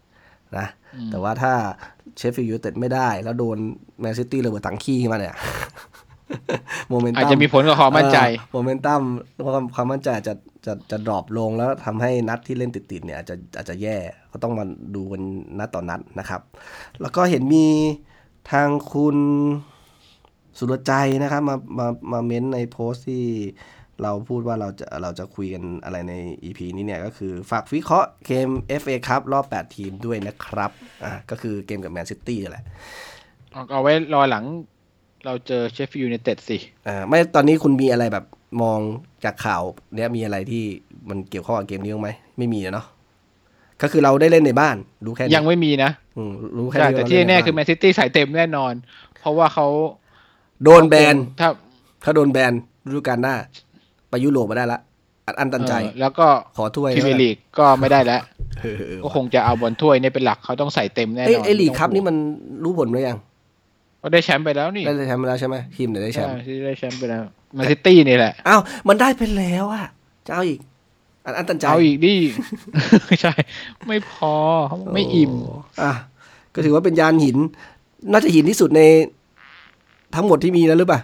Speaker 1: นะแต่ว่าถ้าเชฟฟิลด์ยูไนเต็ดไม่ได้แล้วโดนแมนซิตี้ระเบิดถังขี้มาเนี่ยโมเมนตัม
Speaker 2: อาจจะมีผลกับความมั่นใจ
Speaker 1: โมเมนตัมความความมั่นใจจะจะจะดรอปลงแล้วทำให้นัดที่เล่นติดๆเนี่ยอาจจะอาจจะแย่ก็ต้องมาดูกันนัดต่อนัดนะครับแล้วก็เห็นมีทางคุณสุรใจนะครับมามามาเม้นในโพสต์ที่เราพูดว่าเราจะเราจะคุยกันอะไรใน อี พี นี้เนี่ยก็คือฝากวิเคราะห์เกม เอฟ เอ Cup รอบแปดทีมด้วยนะครับอ่ะก็คือเกมกับแมนซิตี้แหละ
Speaker 2: เอาไว้รอหลังเราเจอเชฟฟิลด์ยูไนเต็ดสิ
Speaker 1: อ่าไม่ตอนนี้คุณมีอะไรแบบมองจากข่าวเนี่ยมีอะไรที่มันเกี่ยวข้องกับเกมนี้ไหมไม่มีเนาะก็คือเราได้เล่นในบ้านรู้แค่
Speaker 2: ยังไม่มีนะ
Speaker 1: อืมรู้แค่
Speaker 2: แต่ที่แน่คือแมนซิตี้ใส่เต็มแน่นอนเพราะว่าเขา
Speaker 1: โดนแบนถ้าเขาโดนแบนฤดูกาลหน้าไปยุโรปมาได้ละอันตันใจ
Speaker 2: แล้วก็
Speaker 1: ขอถ้วย
Speaker 2: พรีเมียร์ลีกก็ไม่ได้แล้วก็คงจะเอาบอลถ้วยนี่เป็นหลักเขาต้องใส่เต็มแน่นอน
Speaker 1: ไอ้ลีกคัพนี่มันรู้ผลหรือยัง
Speaker 2: ก็ได้แชมป์ไปแล้วนี่
Speaker 1: ได้แชมป์ไปแล้วใช่ไหมทีมไหนได้แชมป์
Speaker 2: ที่ได้แชมป์ไปแล้วแมนซิตี้นี่แหละ
Speaker 1: อ้าวมันได้ไปแล้วอ่ะจะเอาอีกอันอันตันใจ
Speaker 2: เอาอีกดิใช่ไม่พอไม่อิ่ม
Speaker 1: อ่ะก็ถือว่าเป็นยานหินน่าจะหินที่สุดในทั้งหมดที่มีแล้วหรือเปล่า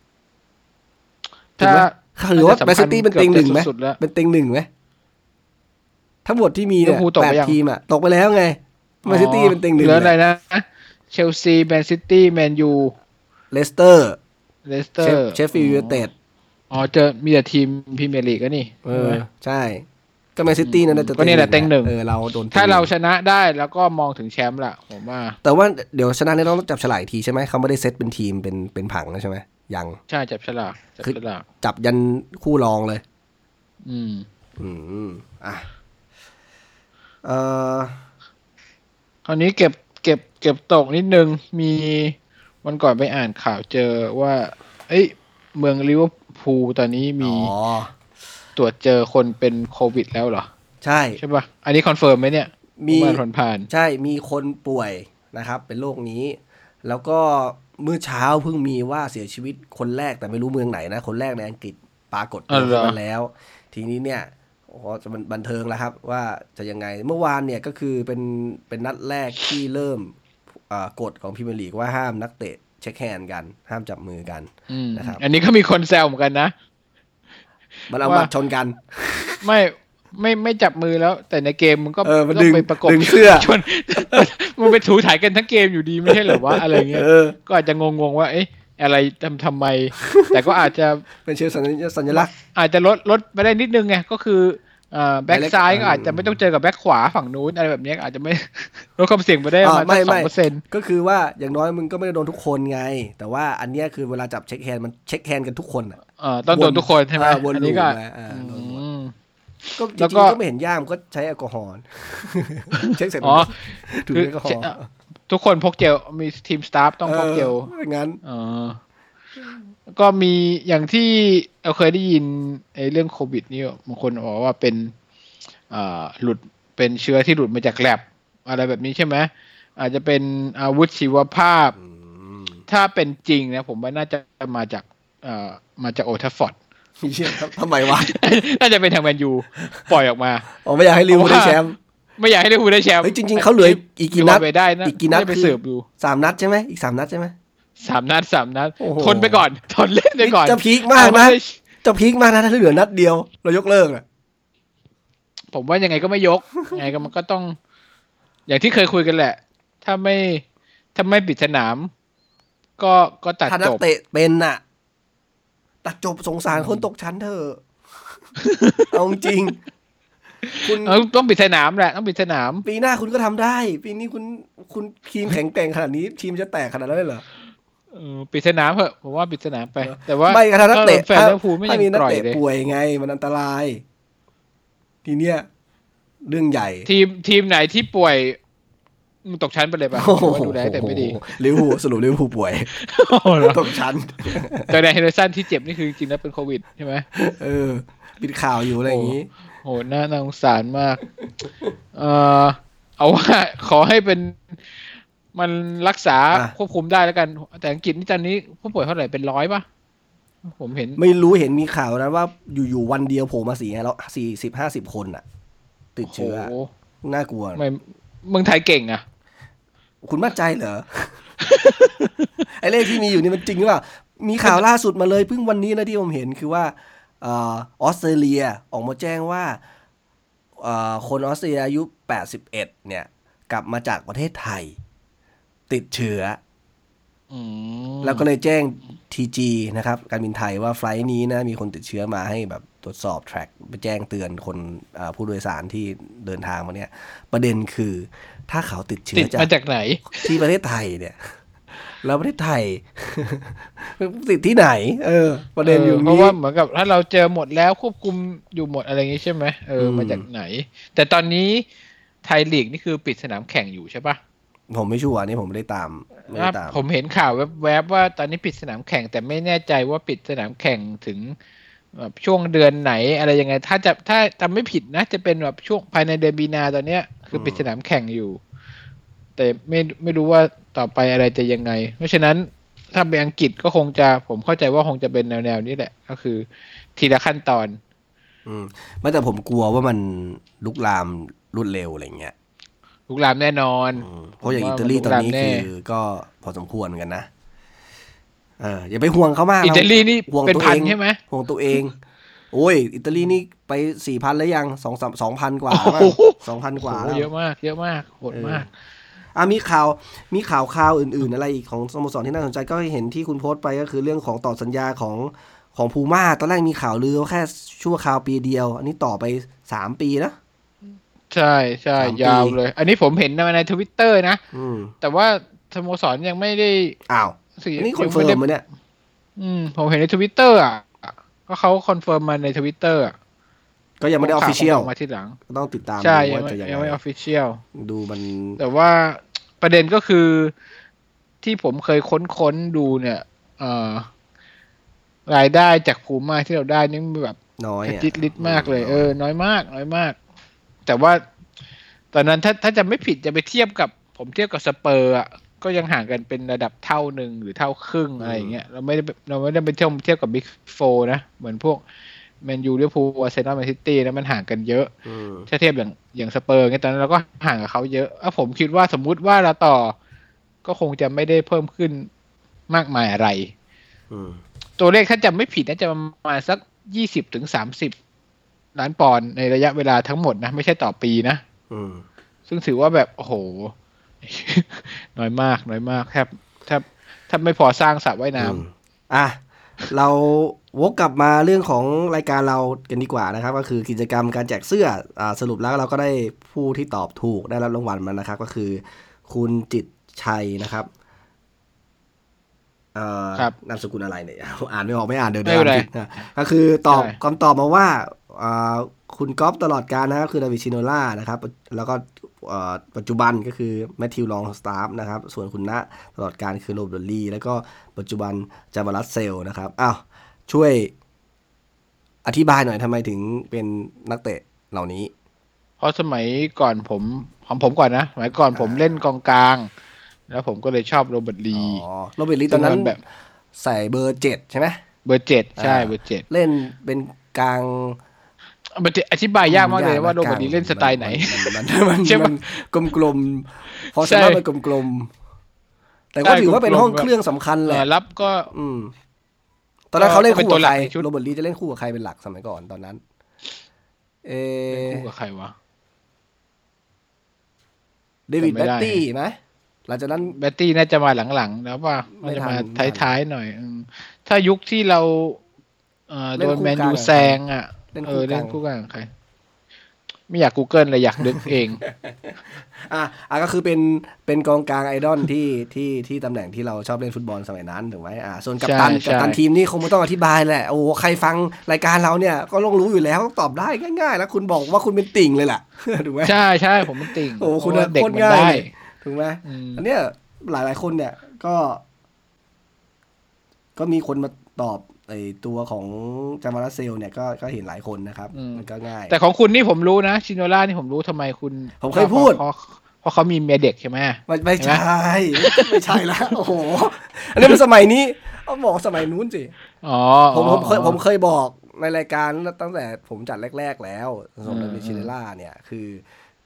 Speaker 1: ถ้าหรือว่าแมนซิตี้เป็นเต็งหนึ่งไหมเป็นเต็งหนึ่งไหมทั้งหมดที่มีเนี่ยแปดทีมอ่ะตกไปแล้วไงแมนซิตี้เป็นเต็งหนึ่ง
Speaker 2: เหลืออะไรนะเชลซีแมนซิตี้แมนยู
Speaker 1: เลสเตอร์
Speaker 2: เลสเตอร์
Speaker 1: เชฟฟิลด์ยูไนเต็ด
Speaker 2: อ๋อเจอมีแต่ทีมพรีเมียร์ลีกก็นี่
Speaker 1: เออใช่ก็แมนซิตี้นั่นน่ะ
Speaker 2: ก็นี่แหละเต็งหนึ่ง
Speaker 1: เออเราโดน
Speaker 2: ถ้าเราชนะได้แล้วก็มองถึงแชมป์ละผมว่า
Speaker 1: แต่ว่าเดี๋ยวชนะเนี่ยต้องจับฉลากอีกทีใช่ไหมเขาไม่ได้เซตเป็นทีมเป็นเป็นผังนะใช่ไหมยัง
Speaker 2: ใช่จับฉลากจับฉลาก
Speaker 1: จับยันคู่รองเลย
Speaker 2: อืม
Speaker 1: อืมอ่ะเอ่อ
Speaker 2: คราวนี้เก็บเก็บเก็บตกนิดนึงมีวันก่อนไปอ่านข่าวเจอว่าเอ้ยเมืองลิเวอร์พูลตอนนี้มีตรวจเจอคนเป็นโควิดแล้วเหรอ
Speaker 1: ใช่
Speaker 2: ใช่ป่ะอันนี้คอนเฟิร์มไหมเนี่ย
Speaker 1: มี
Speaker 2: คนผ่าน
Speaker 1: ใช่มีคนป่วยนะครับเป็นโรคนี้แล้วก็เมื่อเช้าเพิ่งมีว่าเสียชีวิตคนแรกแต่ไม่รู้เมืองไหนนะคนแรกในอังกฤษปรากฏตัวมาแล้วทีนี้เนี่ยโอ้จะมันบันเทิงแล้วครับว่าจะยังไงเมื่อวานเนี่ยก็คือเป็นเป็นนัดแรกที่เริ่มกฎของพรีเมียร์ลีกว่าห้ามนักเตะเช็คแฮนด์กันห้ามจับมือกันนะครับ
Speaker 2: อันนี้ก็มีคนแซวเหมือนกันนะ
Speaker 1: มันเอามาชนกัน
Speaker 2: ไม่ไม่ไม่จับมือแล้วแต่ในเกมมันก็
Speaker 1: ต้อง
Speaker 2: ไปประกบ
Speaker 1: ดึงเสื้อ
Speaker 2: ชนมันไปถูถ่ายกันทั้งเกมอยู่ดีไม่ใช่เหรอวะอะไรเงี้ยก็อาจจะงงๆว่าเอ๊ะอะไรทำทำไมแต่ก็อาจจะ
Speaker 1: เป็นเชิงสัญลักษณ์
Speaker 2: อาจจะลดลดไปได้นิดนึงไงก็คือแบ็คซ้ายก็อาจจะไม่ต้องเจอกับแบ็คขวาฝั่งนู้นอะไรแบบนี้อาจจะไม่ลดความเสี่ยงไปได้ประมาณ สองเปอร์เซ็นต์
Speaker 1: ก็คือว่าอย่างน้อยมึงก็ไม่ได้โดนทุกคนไงแต่ว่าอันนี้คือเวลาจับเช็คแฮนด์มันเช็คแฮนด์กันทุกคนอ่ะ
Speaker 2: ต้องโดนทุกคนใช่ไหม
Speaker 1: อันนี้ก็ก็จริงๆก็ไม่เห็นยากมันก็ใช้แอลกอฮอล์เช็คเสร็จ
Speaker 2: อ๋อ
Speaker 1: ถือแอลกอฮอล์
Speaker 2: ทุกคนพกเจลมีทีมสตาฟต้องพกเจล
Speaker 1: งั้น
Speaker 2: อ๋อก็มีอย่างที่เราเคยได้ยินไอ้เรื่องโควิดนี่บางคนบอกว่าเป็นหลุดเป็นเชื้อที่หลุดมาจากแลบอะไรแบบนี้ใช่ไหมอาจจะเป็นอาวุธชีวภาพถ้าเป็นจริงนะผมว่าน่าจะมาจากมาจากโอทัฟฟอร์ด
Speaker 1: ทำไมวะ
Speaker 2: น่าจะเป็นทางแมนยูปล่อยออกมา
Speaker 1: อ๋อไม่อยากให้ลิเวอร์พูลได้แชมป์
Speaker 2: ไม่อยากให้ลิเวอร์พูลได้แชมป์
Speaker 1: จริงๆเขาเหลืออีกกี่นัดอีกกี่นัด
Speaker 2: ไปเสิร์ฟดู
Speaker 1: สามนัดใช่ไหมอีกสามนัดใช่ไหม
Speaker 2: สามนัดสามนัดทนไปก่อนทนเล่นไปก่อน
Speaker 1: จะพีคมากนะจะพีคมากนะถ้าเหลือนัดเดียวเรายกเลิกอ่ะ
Speaker 2: ผมว่ายังไงก็ไม่ยกยังไงก็มันก็ต้องอย่างที่เคยคุยกันแหละถ้าไม่ถ้าไม่ปิดสนามก็ก็ตัดจบ
Speaker 1: ถ้านักเตะเป็นน่ะตัดจบสงสารคนตกชั้นเถอะเอาจริง
Speaker 2: คุณต้องปิดสนามแหละต้องปิดสนาม
Speaker 1: ปีหน้าคุณก็ทำได้ปีนี้คุณคุณทีมแข็งแกร่งขนาดนี้ทีมจะแตกขนาดนั้นเลยเหรอ
Speaker 2: เออปิดสนามเถอะผมว่าปิดสนามไปแต่ว่า
Speaker 1: ไม่กระทั่งนักเตะ
Speaker 2: แฟนลิเวอร์พูลไม่ยังปล่อยเลย
Speaker 1: ป่วยไงมันอันตรายทีเนี้ยเรื่องใหญ่
Speaker 2: ทีมทีมไหนที่ป่วยมึงตกชั้นไปเลยป่ะดูแลแต่ไม่ดี
Speaker 1: ลิเวอร์พูลสรุปลิเวอร์พูลป่วยตกชั้น
Speaker 2: แต่ในเฮเดอร์สันที่เจ็บนี่คือจริงๆแล้วเป็นโควิดใช่ไหม
Speaker 1: เออปิดข่าวอยู่อะไรอย่างนี้
Speaker 2: โหน่าสงสารมากเออเอาว่าขอให้เป็นมันรักษาควบคุมได้แล้วกันแต่อังกฤษนี่ตอนนี้ผู้ป่วยเท่าไหร่เป็นร้อยป่ะผมเห็น
Speaker 1: ไม่รู้เห็นมีข่าวนะว่าอยู่ๆวันเดียวโผล่มาสี่แล้วสี่สิบห้าสิบคนอ่ะติดเชื้อน่ากลัว
Speaker 2: ไม่เมืองไทยเก่งอ่ะ
Speaker 1: คุณมั่นใจเหรอ ไอ้เลขที่มีอยู่นี่มันจริงหรือเปล่ามีข่าวล่าสุดมาเลยเพิ่งวันนี้นะที่ผมเห็นคือว่าออสเตรเลียออกมาแจ้งว่าคนออสเตรเลียอายุแปดสิบเอ็ดเนี่ยกลับมาจากประเทศไทยติดเชื้อแล้วก็เลยแจ้ง ที จี นะครับการบินไทยว่าไฟลท์นี้นะมีคนติดเชื้อมาให้แบบตรวจสอบ track ไปแจ้งเตือนคนผู้โดยสารที่เดินทางมาเนี่ยประเด็นคือถ้าเขาติดเชื้อ
Speaker 2: มาจากไหน
Speaker 1: ที่ประเทศไทยเนี่ยแล้วประเทศไทยติดที่ไหนเออประเด็นอยู่นี้
Speaker 2: เพราะว่าเหมือนกับถ้าเราเจอหมดแล้วควบคุมอยู่หมดอะไรอย่างนี้ใช่ไหมเออมาจากไหนแต่ตอนนี้ไทยลีกนี่คือปิดสนามแข่งอยู่ใช่ปะ
Speaker 1: ผมไม่ชัวร์นี่ผมไม่ได้ตามไม่ได้ตาม
Speaker 2: ผมเห็นข่าวแวบๆว่าตอนนี้ปิดสนามแข่งแต่ไม่แน่ใจว่าปิดสนามแข่งถึงแบบช่วงเดือนไหนอะไรยังไงถ้าจะถ้าจำไม่ผิดนะจะเป็นแบบช่วงภายในเดือนมีนาตอนเนี้ยคือปิดสนามแข่งอยู่แต่ไม่ไม่รู้ว่าต่อไปอะไรจะยังไงเพราะฉะนั้นถ้าเป็นอังกฤษก็คงจะผมเข้าใจว่าคงจะเป็นแนวๆนี้แหละก็คือทีละขั้นตอน
Speaker 1: อืมไม่แต่ผมกลัวว่ามันลุกลามรวดเร็วอะไรเงี้ย
Speaker 2: ลุกลามแน่นอน
Speaker 1: เพราะอย่างอิตาลีตอนนี้คือก็พอสมควรกันนะเอออย่าไปห่วงเขามาก
Speaker 2: อิตาลีนี่เป็นพันใช่ไหม
Speaker 1: ห่วงตัวเองโอ้ยอิตาลีนี่ไปสี่พันแล้วยังสองสามสองพันกว่าสองพันกว่า
Speaker 2: เยอะมากเยอะมากโหดมาก
Speaker 1: อ่ะมีข่าวมีข่าวข่าวอื่นๆอะไรอีกของสโมสรที่น่าสนใจก็เห็นที่คุณโพสต์ไปก็คือเรื่องของต่อสัญญาของของพูม่าตอนแรกมีข่าวลือว่าแค่ชั่วคราวปีเดียวอันนี้ต่อไปสามปีนะ
Speaker 2: ใช่ใช่ยาวเลยอันนี้ผมเห็นใน Twitter นะแต่ว่าสโมสรยังไม่ได้
Speaker 1: อ้าวอันนี้คอนเฟิร์มมั้ยเนี่ย
Speaker 2: อืมผมเห็นใน Twitter อ่ะก็เขาคอนเฟิร์มมาใน Twitter อ่ะ
Speaker 1: ก็ยังไม่ได้ออฟฟิเชียล
Speaker 2: มาทีหลัง
Speaker 1: ก็ต้องติดตาม
Speaker 2: ว่าจะยังไงยังไม่ออฟฟิเชียล
Speaker 1: ดูมัน
Speaker 2: แต่ว่าประเด็นก็คือที่ผมเคยค้นๆดูเนี่ยเอ่อรายได้จากพูม่าที่เราได้นี่แบบ
Speaker 1: น้อย
Speaker 2: จิตลิดมากเลยเออน้อยมากน้อยมากแต่ว่าตอนนั้นถ้าถ้าจะไม่ผิดจะไปเทียบกับผมเทียบกับสเปอร์อ่ะก็ยังห่างกันเป็นระดับเท่านึงหรือเท่าครึ่งอะไรอย่างเงี้ยเราไม่ได้เราไม่ได้ไปเทียบเทียบกับบิ๊กโฟร์นะเหมือนพวกแมนยูลิเวอร์พูลอาร์เซนอลแมนซิตี้นะมันห่างกันเยอะถ้าเทียบอย่างอย่างสเปอร์เงี้ยตอนนั้นเราก็ห่างกับเขาเยอะอ่ะผมคิดว่าสมมุติว่าเราต่อก็คงจะไม่ได้เพิ่มขึ้นมากมายอะไรตัวเลขถ้าจำไม่ผิดน่าจะประมาณสักยี่สิบถึงสามสิบล้านปอนด์ในระยะเวลาทั้งหมดนะไม่ใช่ต่อปีนะซึ่งถือว่าแบบโอ้โหน้อยมากน้อยมากแทบแทบแทบไม่พอสร้างสระว่ายน้
Speaker 1: ำอ่ะเราวกกลับมาเรื่องของรายการเรากันดีกว่านะครับก็คือกิจกรรมการแจกเสื้ออ่าสรุปแล้วเราก็ได้ผู้ที่ตอบถูกได้รับรางวัลมานะครับก็คือคุณจิตชัยนะครับเอ่อนามสกุลอะไรเนี่ยอ่านไม่ออกไม่อ่านเดี๋ยวเดี๋ยวนะก็คือตอบคำตอบมาว่าอ่าคุณก๊อฟตลอดกาลนะครับคือดาวิดชิโนล่านะครับแล้วก็ปัจจุบันก็คือแมทธิวลองสตาร์ฟนะครับส่วนคุณณตลอดกาลคือโรเบิร์ตลีแล้วก็ปัจจุบันจาบารัสเซลนะครับอ้าวช่วยอธิบายหน่อยทำไมถึงเป็นนักเตะเหล่านี้
Speaker 2: เพราะสมัยก่อนผมของผมก่อนนะสมัยก่อนผมเล่นกองกลางแล้วผมก็เลยชอบโรเบิร์ตลี
Speaker 1: อ๋อโรเบิร์ตลีตอนนั้นแบบใส่เบอร์เจ็ดใช่ไหม
Speaker 2: เบอร์เจ็ดใช่เบอร์เจ็ด
Speaker 1: เล่นเป็นกลาง
Speaker 2: มันจะอธิบายยากมากเลยว่าโรเบิร์ตลีเล่นสไตล์ไหน
Speaker 1: มันมันกลมๆพอสำหรับมันกลมๆแต่ก็ถือว่าเป็นห้องเครื่องสำคัญแหละ
Speaker 2: รับก็
Speaker 1: อืมตอนนั้นเขาเล่นคู่กับใครโรเบิร์ตลีจะเล่นคู่กับใครเป็นหลักสมัยก่อนตอนนั้นเอ
Speaker 2: อคู่กับใครวะ
Speaker 1: เดวิดแบตตี้ไหมหลังจากนั้น
Speaker 2: แบตตี้น่าจะมาหลังๆแล้วว่ามันจะมาท้ายๆหน่อยถ้ายุคที่เราโดนแมนยูแซงอ่ะเออเล่นคู่กันใครไม่อยาก Google เลยอยากนึกเอง
Speaker 1: อ่ะอ่ะก็คือเป็นเป็นกองกลางไอดอลที่ที่ที่ตำแหน่งที่เราชอบเล่นฟุตบอลสมัยนั้นถูกไหมอ่ะส่วนกัปตันกัปตันทีมนี่คงไม่ต้องอธิบายแหละโอ้ใครฟังรายการเราเนี่ยก็ต้องรู้อยู่แล้วต้องตอบได้ง่ายๆแล้วคุณบอกว่าคุณเป็นติ่งเลยแหละถูกไหม
Speaker 2: ใช่ใช่ผมเป็นติ่ง
Speaker 1: โอ้คุณเด็กมันได้ถูกไหมอันเนี้ยหลายหลายคนเนี่ยก็ก็มีคนมาตอบไอตัวของจามาราเซลเนี่ยก็ก็เห็นหลายคนนะครับมันก็ง่าย
Speaker 2: แต่ของคุณนี่ผมรู้นะชิโนล่านี่ผมรู้ทำไมคุณ
Speaker 1: ผมเคยพูด
Speaker 2: เพราะเพราะเขามีเมียเด็กใช่ไหม
Speaker 1: ไม่ไม่ใช่ไม่ใช่แล้วโอ้โหอันนี้มันสมัยนี้เอาบอกสมัยนู้นสิ
Speaker 2: อ๋อ
Speaker 1: ผมผมเคยผมเคยบอกในรายการตั้งแต่ผมจัดแรกๆแล้วสำหรับชิโนล่าเนี่ยคือ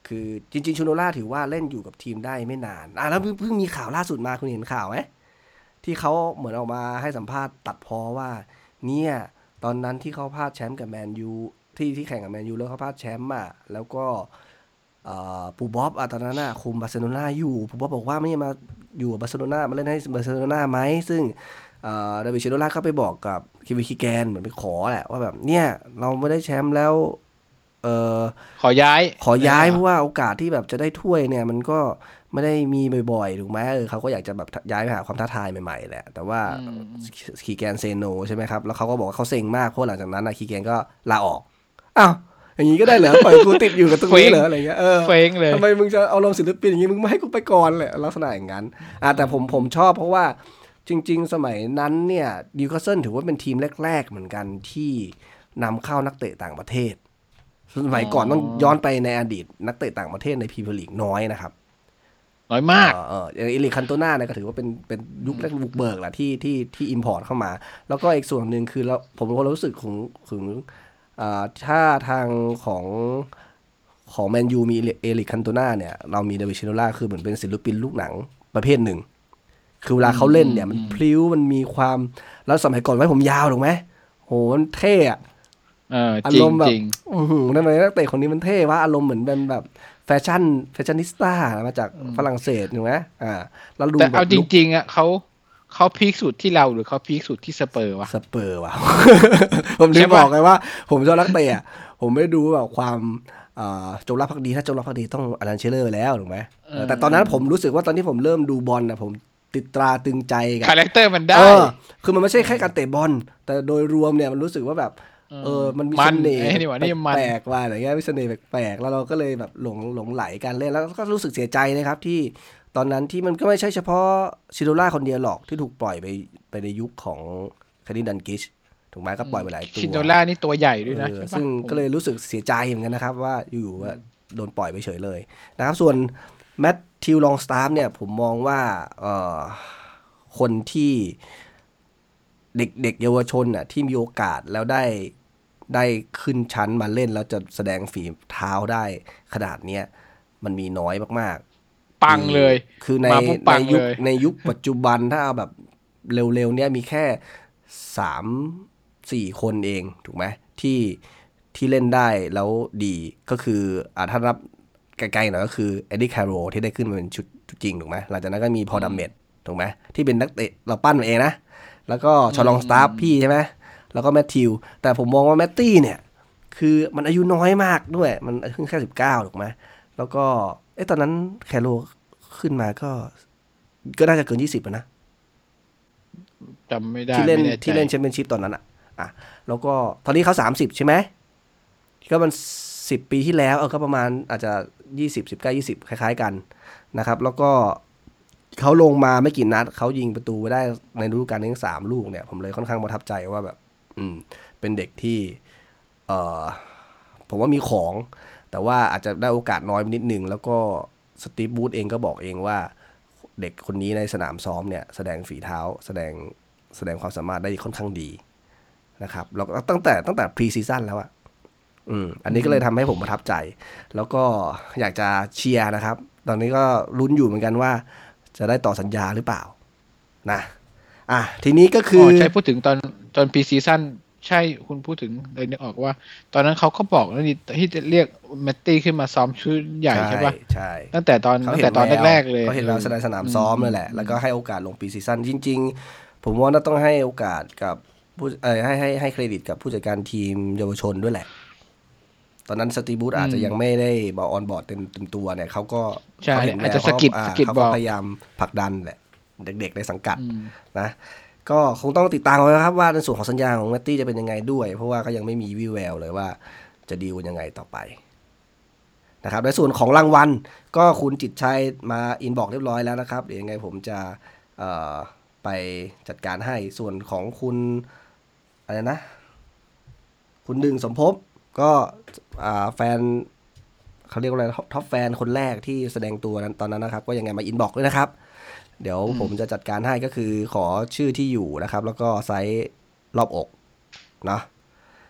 Speaker 1: คือจริงๆชูโนล่าถือว่าเล่นอยู่กับทีมได้ไม่นานอ่ะแล้วเพิ่งมีข่าวล่าสุดมาคุณเห็นข่าวไหมที่เขาเหมือนออกมาให้สัมภาษณ์ตัดพ้อว่าเนี่ยตอนนั้นที่เขาพลาดแชมป์กับแมนยูที่ที่แข่งกับแมนยูแล้วเขาพลาดแชมป์อ่ะแล้วก็ปูบ๊อบอ่ะตอนนั้นน่ะคุมบาร์เซโลนาอยู่ปูบ๊อบบอกว่าไม่มาอยู่กับบาร์เซโลนามาเล่นให้บาร์เซโลนาไหมซึ่งดาวิดเชโดล่าก็ไปบอกกับคิวิคิแกนเหมือนไปขอแหละว่าแบบเนี่ยเราไม่ได้แชมป์แล้วเออ
Speaker 2: ขอย้าย
Speaker 1: ขอย้ายเพราะว่าโอกาสที่แบบจะได้ถ้วยเนี่ยมันก็ไม่ได้มีบ่อยๆถูกไหมเออเขาก็อยากจะแบบย้ายไปหาความท้าทายใหม่ๆแหละแต่ว่าคีแกนเซโนใช่ไหมครับแล้วเขาก็บอกว่าเขาเซ็งมากเพราะหลังจากนั้นนะคีแกนก็ลาออกอ้าวอย่างนี้ก็ได้เหรอปล่อยกูติดอยู่กับตรงนี้เหรออะไรเงี้ยเออ
Speaker 2: เฟ้งเลย
Speaker 1: ทำไมมึงจะเอาลงศิลปินอย่างนี้มึงไม่ให้กูไปก่อนเลยลักษณะอย่างนั้นอ่ะแต่ผมผมชอบเพราะว่าจริงๆสมัยนั้นเนี่ยนิวคาสเซิลถือว่าเป็นทีมแรกๆเหมือนกันที่นำเข้านักเตะต่างประเทศสมัยก่อนต้องย้อนไปในอดีตนักเตะต่างประเทศในพรีเมียร์ลีกน้อยนะครับ
Speaker 2: น้อยมาก
Speaker 1: เอออย่างอิลิคันโตน่าเนี่ยก็ถือว่าเป็นเป็นยุคแรกบุกเบิกแหละที่ที่ที่อิมพอร์ตเข้ามาแล้วก็อีกส่วนหนึ่งคือแล้วผมก็รู้สึกถึงถึงถ้าทางของของแมนยูมีเอลิคันโตน่าเนี่ยเรามีเดวิดชิโนล่าคือเหมือนเป็นศิลปินลูกหนังประเภทหนึ่งคือเวลาเขาเล่นเนี่ยมันพลิ้วมันมีความแล้วสมัยก่อนไว้ผมยาวถูกไหมโหมันเท่อะ
Speaker 2: อาร
Speaker 1: มณ์แบบอือหือทำไมนักเตะคนนี้มันเท่ว่าอารมณ์เหมือนเป็นแบบแฟชั่นแฟชั่นนิสต้ามาจากฝรั่งเศสถูกไหมอ่าแล้วดู
Speaker 2: แต่เอาจริงๆอ่ะเขาเขาพีคสุดที่เราหรือเขาพีคสุดที่สเปอร์วะ
Speaker 1: สเปอร์วะ ผมถึงบอกไงว่าผมชอบนักเตะผมไม่ดูแบบความจงรักภักดีถ้าจงรักภักดีต้องอลันเชลเลอร์แล้วถูกไหมแต่ตอนนั้นผมรู้สึกว่าตอนที่ผมเริ่มดูบอลนะผมติดตราตึงใจกับ
Speaker 2: คาแรคเตอร์มันได้
Speaker 1: คือมันไม่ใช่แค่การเตะบอลแต่โดยรวมเนี่ยมันรู้สึกว่าแบบเออมันมีเสน่ห์แปลกๆว่าอะไรเงี้ยมีเสน่ห์แปลกๆแล้วเราก็เลยแบบหลงหลงไหลการเล่นแล้วก็รู้สึกเสียใจนะครับที่ตอนนั้นที่มันก็ไม่ใช่เฉพาะชิโดล่าคนเดียวหรอกที่ถูกปล่อยไปไปในยุคของคารินดันกิชถูกไหมก็ปล่อยไปหลายตัว
Speaker 2: ชิโดล่านี่ตัวใหญ่ด้วยนะ
Speaker 1: ซึ่งก็เลยรู้สึกเสียใจเหมือนกันนะครับว่าอยู่ๆว่าโดนปล่อยไปเฉยเลยนะครับส่วนแมทธิวลองสตาร์ฟเนี่ยผมมองว่าเอ่อคนที่เด็กๆเยาวชนน่ะที่มีโอกาสแล้วได้ได้ขึ้นชั้นมาเล่นแล้วจะแสดงฝีเท้าได้ขนาดนี้มันมีน้อยมาก
Speaker 2: ๆปังเลย
Speaker 1: คือในในยุคในยุคปัจจุบันถ้าเอาแบบเร็วๆเนี่ยมีแค่สาม สี่คนเองถูกไหมที่ที่เล่นได้แล้วดีก็คืออ่าถ้านับไกลๆหน่อยก็คือเอ็ดดี้แคโรที่ได้ขึ้นมาเป็นชุดจริงถูกไหมหลังจากนั้นก็มีพอดัมเมดถูกไหมที่เป็นนักเตะเราปั้นมาเองนะแล้วก็ชอลองสตาร์พี่ใช่ไหมแล้วก็แมทธิวแต่ผมมองว่าแมตตี้เนี่ยคือมันอายุน้อยมากด้วยมันเพิ่งแค่สิบเก้าถูกไหมแล้วก็เอ๊ะตอนนั้นแคโรขึ้นมาก็ก็น่าจะเกินยี่สิบนะ
Speaker 2: จำไม่ได้
Speaker 1: ที่เล่นที่เล่นแชมเปี้ยนชิพตอนนั้นอ่ะอ่ะแล้วก็ตอนนี้เขาสามสิบใช่ไหมก็มันสิบปีที่แล้วเออก็ประมาณอาจจะยี่สิบ สิบเก้า ยี่สิบคล้ายๆกันนะครับแล้วก็เขาลงมาไม่กี่นัดเขายิงประตูไปได้ในฤดูกาลนี้สามลูกเนี่ยผมเลยค่อนข้างประทับใจว่าแบบอืมเป็นเด็กที่เอ่อผมว่ามีของแต่ว่าอาจจะได้โอกาสน้อยนิดนึงแล้วก็สตีฟบูธเองก็บอกเองว่าเด็กคนนี้ในสนามซ้อมเนี่ยแสดงฝีเท้าแสดงแสดงความสามารถได้ค่อนข้างดีนะครับแล้วตั้งแต่ตั้งแต่พรีซีซั่นแล้วอ่ะอืมอันนี้ก็เลยทำให้ผมประทับใจแล้วก็อยากจะเชียร์นะครับตอนนี้ก็ลุ้นอยู่เหมือนกันว่าจะได้ต่อสัญญาหรือเปล่านะอ่ะทีนี้ก็คือ
Speaker 2: ใช่พูดถึงตอนตอนพรีซีซั่นใช่คุณพูดถึงเลยนึกออกว่าตอนนั้นเขาก็บอกแล้วนี่ที่จะเรียกแมตตี้ขึ้นมาซ้อมชุดใหญ่ใช่ป่ะ
Speaker 1: ใช่
Speaker 2: ตั้งแต่ตอนตั้งแต่ตอนแรกๆเลย
Speaker 1: เขาเห็นเราแสดงสนามซ้อมนั่นแหละแล้วก็ให้โอกาสลงพรีซีซั่นจริงๆผมว่าต้องให้โอกาสกับผู้เอ่อให้ให้ให้เครดิตกับผู้จัดการทีมเยาวชนด้วยแหละตอนนั้นสตีบูธอาจจะยังไม่ได้มาออนบอร์ดเต็มเต็มตัวเนี่ยเขาก็
Speaker 2: เขาเห็นอาจจะสกิดสกิด
Speaker 1: บอกพยายามผลักดันแหละเด็กๆในสังกัดนะก็คงต้องติดตามกันนะครับว่าในส่วนของสัญญาของแมตตี้จะเป็นยังไงด้วยเพราะว่าก็ยังไม่มีวี่แววเลยว่าจะดีลยังไงต่อไปนะครับในส่วนของรางวัลก็คุณจิตชัยมาอินบอกเรียบร้อยแล้วนะครับเดี๋ยวยังไงผมจะเอ่อไปจัดการให้ส่วนของคุณอะไรนะคุณดึงสมภพก็แฟนเขาเรียกว่าอะไรท็อปแฟนคนแรกที่แสดงตัวนั้นตอนนั้นนะครับก็ยังไงมาอินบอกด้วยนะครับเดี๋ยวผมจะจัดการให้ก็คือขอชื่อที่อยู่นะครับแล้วก็ไซส์รอบอกเนาะ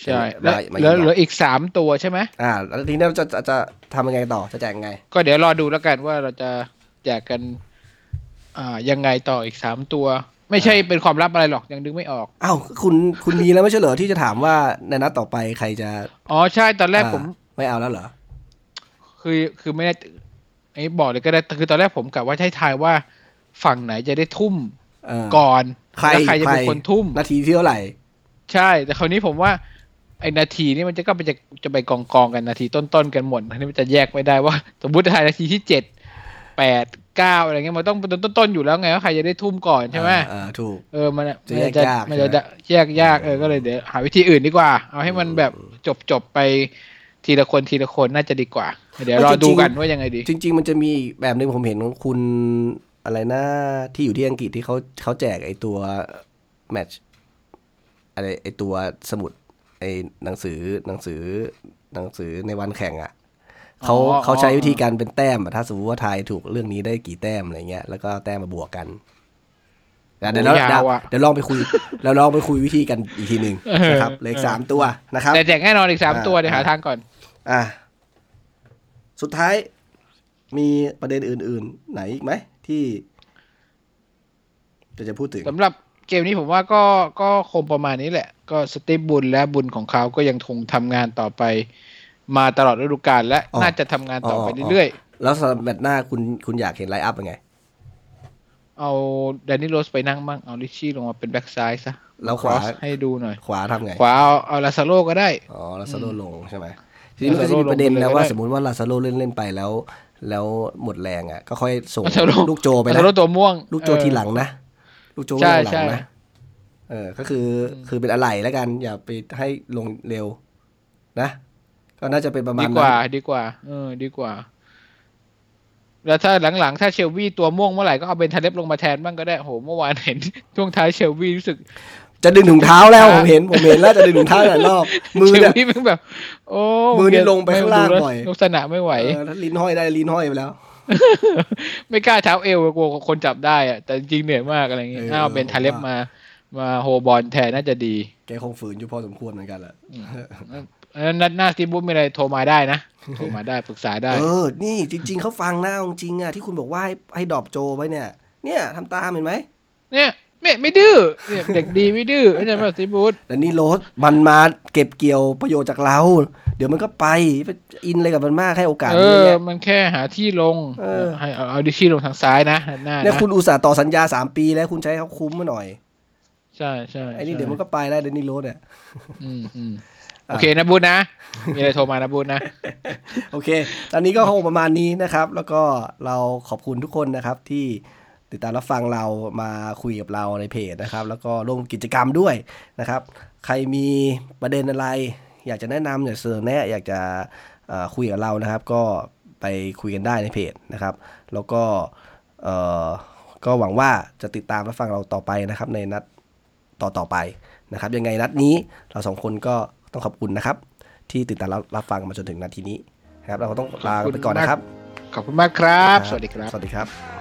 Speaker 2: ใช่แล้วเหลือเหลืออีกสามตัวใช่ไหม
Speaker 1: อ่าแล้วทีนี้เราจะจะจะทำยังไงต่อจะแจกยังไง
Speaker 2: ก็เดี๋ยวรอดูแล้วกันว่าเราจะแจกกันอ่ายังไงต่ออีกสามตัวไม่ใช่เป็นความลับอะไรหรอกยังดึงไม่ออก
Speaker 1: อ้าวคุณคุณมีแล้วไม่ใช่เหรอที่จะถามว่าในนัดต่อไปใครจะ
Speaker 2: อ๋อใช่ตอนแรกผม
Speaker 1: ไม่เอาแล้วเหรอ
Speaker 2: คือคือไม่ได้ไอ้บอกเลยก็ได้คือตอนแรกผมกะว่าให้ทายว่าฝั่งไหนจะได้ทุ่มก่อนแล้วใครจะเป็นคนทุ่ม
Speaker 1: นาทีเท่าไหร่
Speaker 2: ใช่แต่คราวนี้ผมว่าไอ้นาทีนี้มันจะก็ไปจะจะไปกองกองกันนาทีต้นๆกันหมดอันนี้มันจะแยกไม่ได้ว่าสมมติทายนาทีที่เจ็ดแปดเก้าอะไรเงี้ยมันต้องเป็นต้นๆอยู่แล้วไงว่าใครจะได้ทุ่มก่อนใช่ไหม
Speaker 1: อ่าถูก
Speaker 2: เออมันจะแยกยากมันจะแยกยากเออก็เลยเดี๋ยวหาวิธีอื่นดีกว่าเอาให้มันแบบจบๆไปทีละคนทีละคนน่าจะดีกว่าเดี๋ยวรอดูกันว่ายังไงดี
Speaker 1: จริงๆมันจะมีแบบนึงผมเห็นของคุณอะไรนะที่อยู่ที่อังกฤษที่เขาเขาแจกไอ้ตัวแมตช์อะไรไอ้ตัวสมุดไอ้หนังสือหนังสือหนังสือในวันแข่งอ่ะเขาเขาใช้วิธีการเป็นแต้มถ้าสมมติว่าทายถูกเรื่องนี้ได้กี่แต้มอะไรเงี้ยแล้วก็แต้มมาบวกกันเดี๋ยวเราเดี๋ยวลองไปคุยแล้วลองไปคุยวิธีกันอีกทีนึงนะครับเลขสามตัวนะครับ
Speaker 2: แต่แจกแน่นอนอีกสามตัวเดี๋ยวหาทางก่อน
Speaker 1: อ่ะสุดท้ายมีประเด็นอื่นๆไหนอีกไหมที่จะจะพูดถึง
Speaker 2: สำหรับเกมนี้ผมว่าก็ก็คงประมาณนี้แหละก็สตีฟบุญและบุญของเขาก็ยังคงทำงานต่อไปมาตลอดฤดูกาลและน่าจะทำงานต่อไปเรื่อย
Speaker 1: ๆแล้วสำหรับแมตช์หน้าคุณคุณอยากเห็นไลน์อัพยังไง
Speaker 2: เอาแดนนี่โรสไปนั่งบ้างเอาลิชี่ลงมาเป็นแบ็กซ้ายซะ
Speaker 1: แล้วขวา
Speaker 2: ให้ดูหน่อย
Speaker 1: ขวาทำไง
Speaker 2: ขวาเอาเอาลาซาโลก็ได้
Speaker 1: อ๋อลาซาโลลงใช่ไหมทีนี้มันก็จะมีประเด็นนะว่าสมมติว่าลาซาโลเล่นเล่นไปแล้วแล้วหมดแรงอ่ะก็ค่อยส่งลูกโจไปนะ
Speaker 2: ลาซาโลตัวม่วง
Speaker 1: ลูกโจทีหลังนะลูกโจหลังนะเออก็คือคือเป็นอะไรแล้วกันอย่าไปให้ลงเร็วนะก็น่าจะเป็นประมาณนั้น
Speaker 2: ดีกว่าดีกว่าเออดีกว่าแล้วถ้าหลังๆถ้าเชลวีตัวม่วงเมื่อไหร่ก็เอาเบนทาเลฟลงมาแทนบ้างก็ได้โหเมื่อวานเห็นช่วงท้ายเชลวีรู้สึก
Speaker 1: จะดึงถุงเท้าแล้วผมเห็นผมเห็นแล้วจะดึงถุงเท้าหลายรอบมือเนี่ย
Speaker 2: เชลวีมันแบบโอ้
Speaker 1: มือนี่ลงไปข้างล่างบ่อย
Speaker 2: ลักษณะไม่ไหว
Speaker 1: เออถ้าลิ้นห้อยได้ลิ้นห้อยไปแล้ว
Speaker 2: ไม่กล้าเท้าเอวกลัวคนจับได้อะแต่จริงเหนื่อยมากอะไรเงี้ยอ้าวเบนทาเลฟมามาโฮบอลแทนน่าจะดี
Speaker 1: แกคงฝืนอยู่พอสมควรเหมือนกันแหละ
Speaker 2: นัดหน้าสตีฟบุ๊คมีอะไรโทรมาได้นะโทรมาได้ปรึกษาได้
Speaker 1: เออนี่จริงๆเขาฟังนะจริงๆอ่ะที่คุณบอกว่าให้ให้ดรอปโจไว้เนี่ยเนี่ยทำตามเห็นไหม
Speaker 2: เนี่ยไม่ไม่ดื้อเนี่ยเด็กดีไม่ดื้อไม่ใช่ไหมสตีฟบุ๊ค
Speaker 1: แต่นี่โรสมันมาเก็บเกี่ยวประโยชน์จากเราเดี๋ยวมันก็ไปอินอะไรกับมันมากให้โอกาส
Speaker 2: เออมันแค่หาที่ลงให้เอาเอาดิชี่ลงทางซ้ายนะหน้า
Speaker 1: เนี่ยคุณอุตส่าห์ต่อสัญญาสามปีแล้วคุณใช้เขาคุ้มมาหน่อย
Speaker 2: ใช่ใช่
Speaker 1: ไอ้นี่เดี๋ยวมันก็ไปแล้วเดนนี่โรสเนี่ย
Speaker 2: อืมอืมโอเคนะบูธนะมีอะไรโทรมานะบูธนะ
Speaker 1: โอเคตอนนี้ก็คงประมาณนี้นะครับแล้วก็เราขอบคุณทุกคนนะครับที่ติดตามรับฟังเรามาคุยกับเราในเพจนะครับแล้วก็ร่วมกิจกรรมด้วยนะครับใครมีประเด็นอะไรอยากจะแนะนำอยากเสนอแนะอยากจะคุยกับเรานะครับก็ไปคุยกันได้ในเพจนะครับแล้วก็ก็หวังว่าจะติดตามรับฟังเราต่อไปนะครับในนัดต่อต่อไปนะครับยังไงนัดนี้เราสองคนก็ต้องขอบคุณนะครับที่ติดตามรับฟังมาจนถึงนาทีนี้นะครับเราก็ต้องลาไปก่อนนะครับ
Speaker 2: ขอบคุณมากครับสวัสดีครับ
Speaker 1: สวัสดีครับ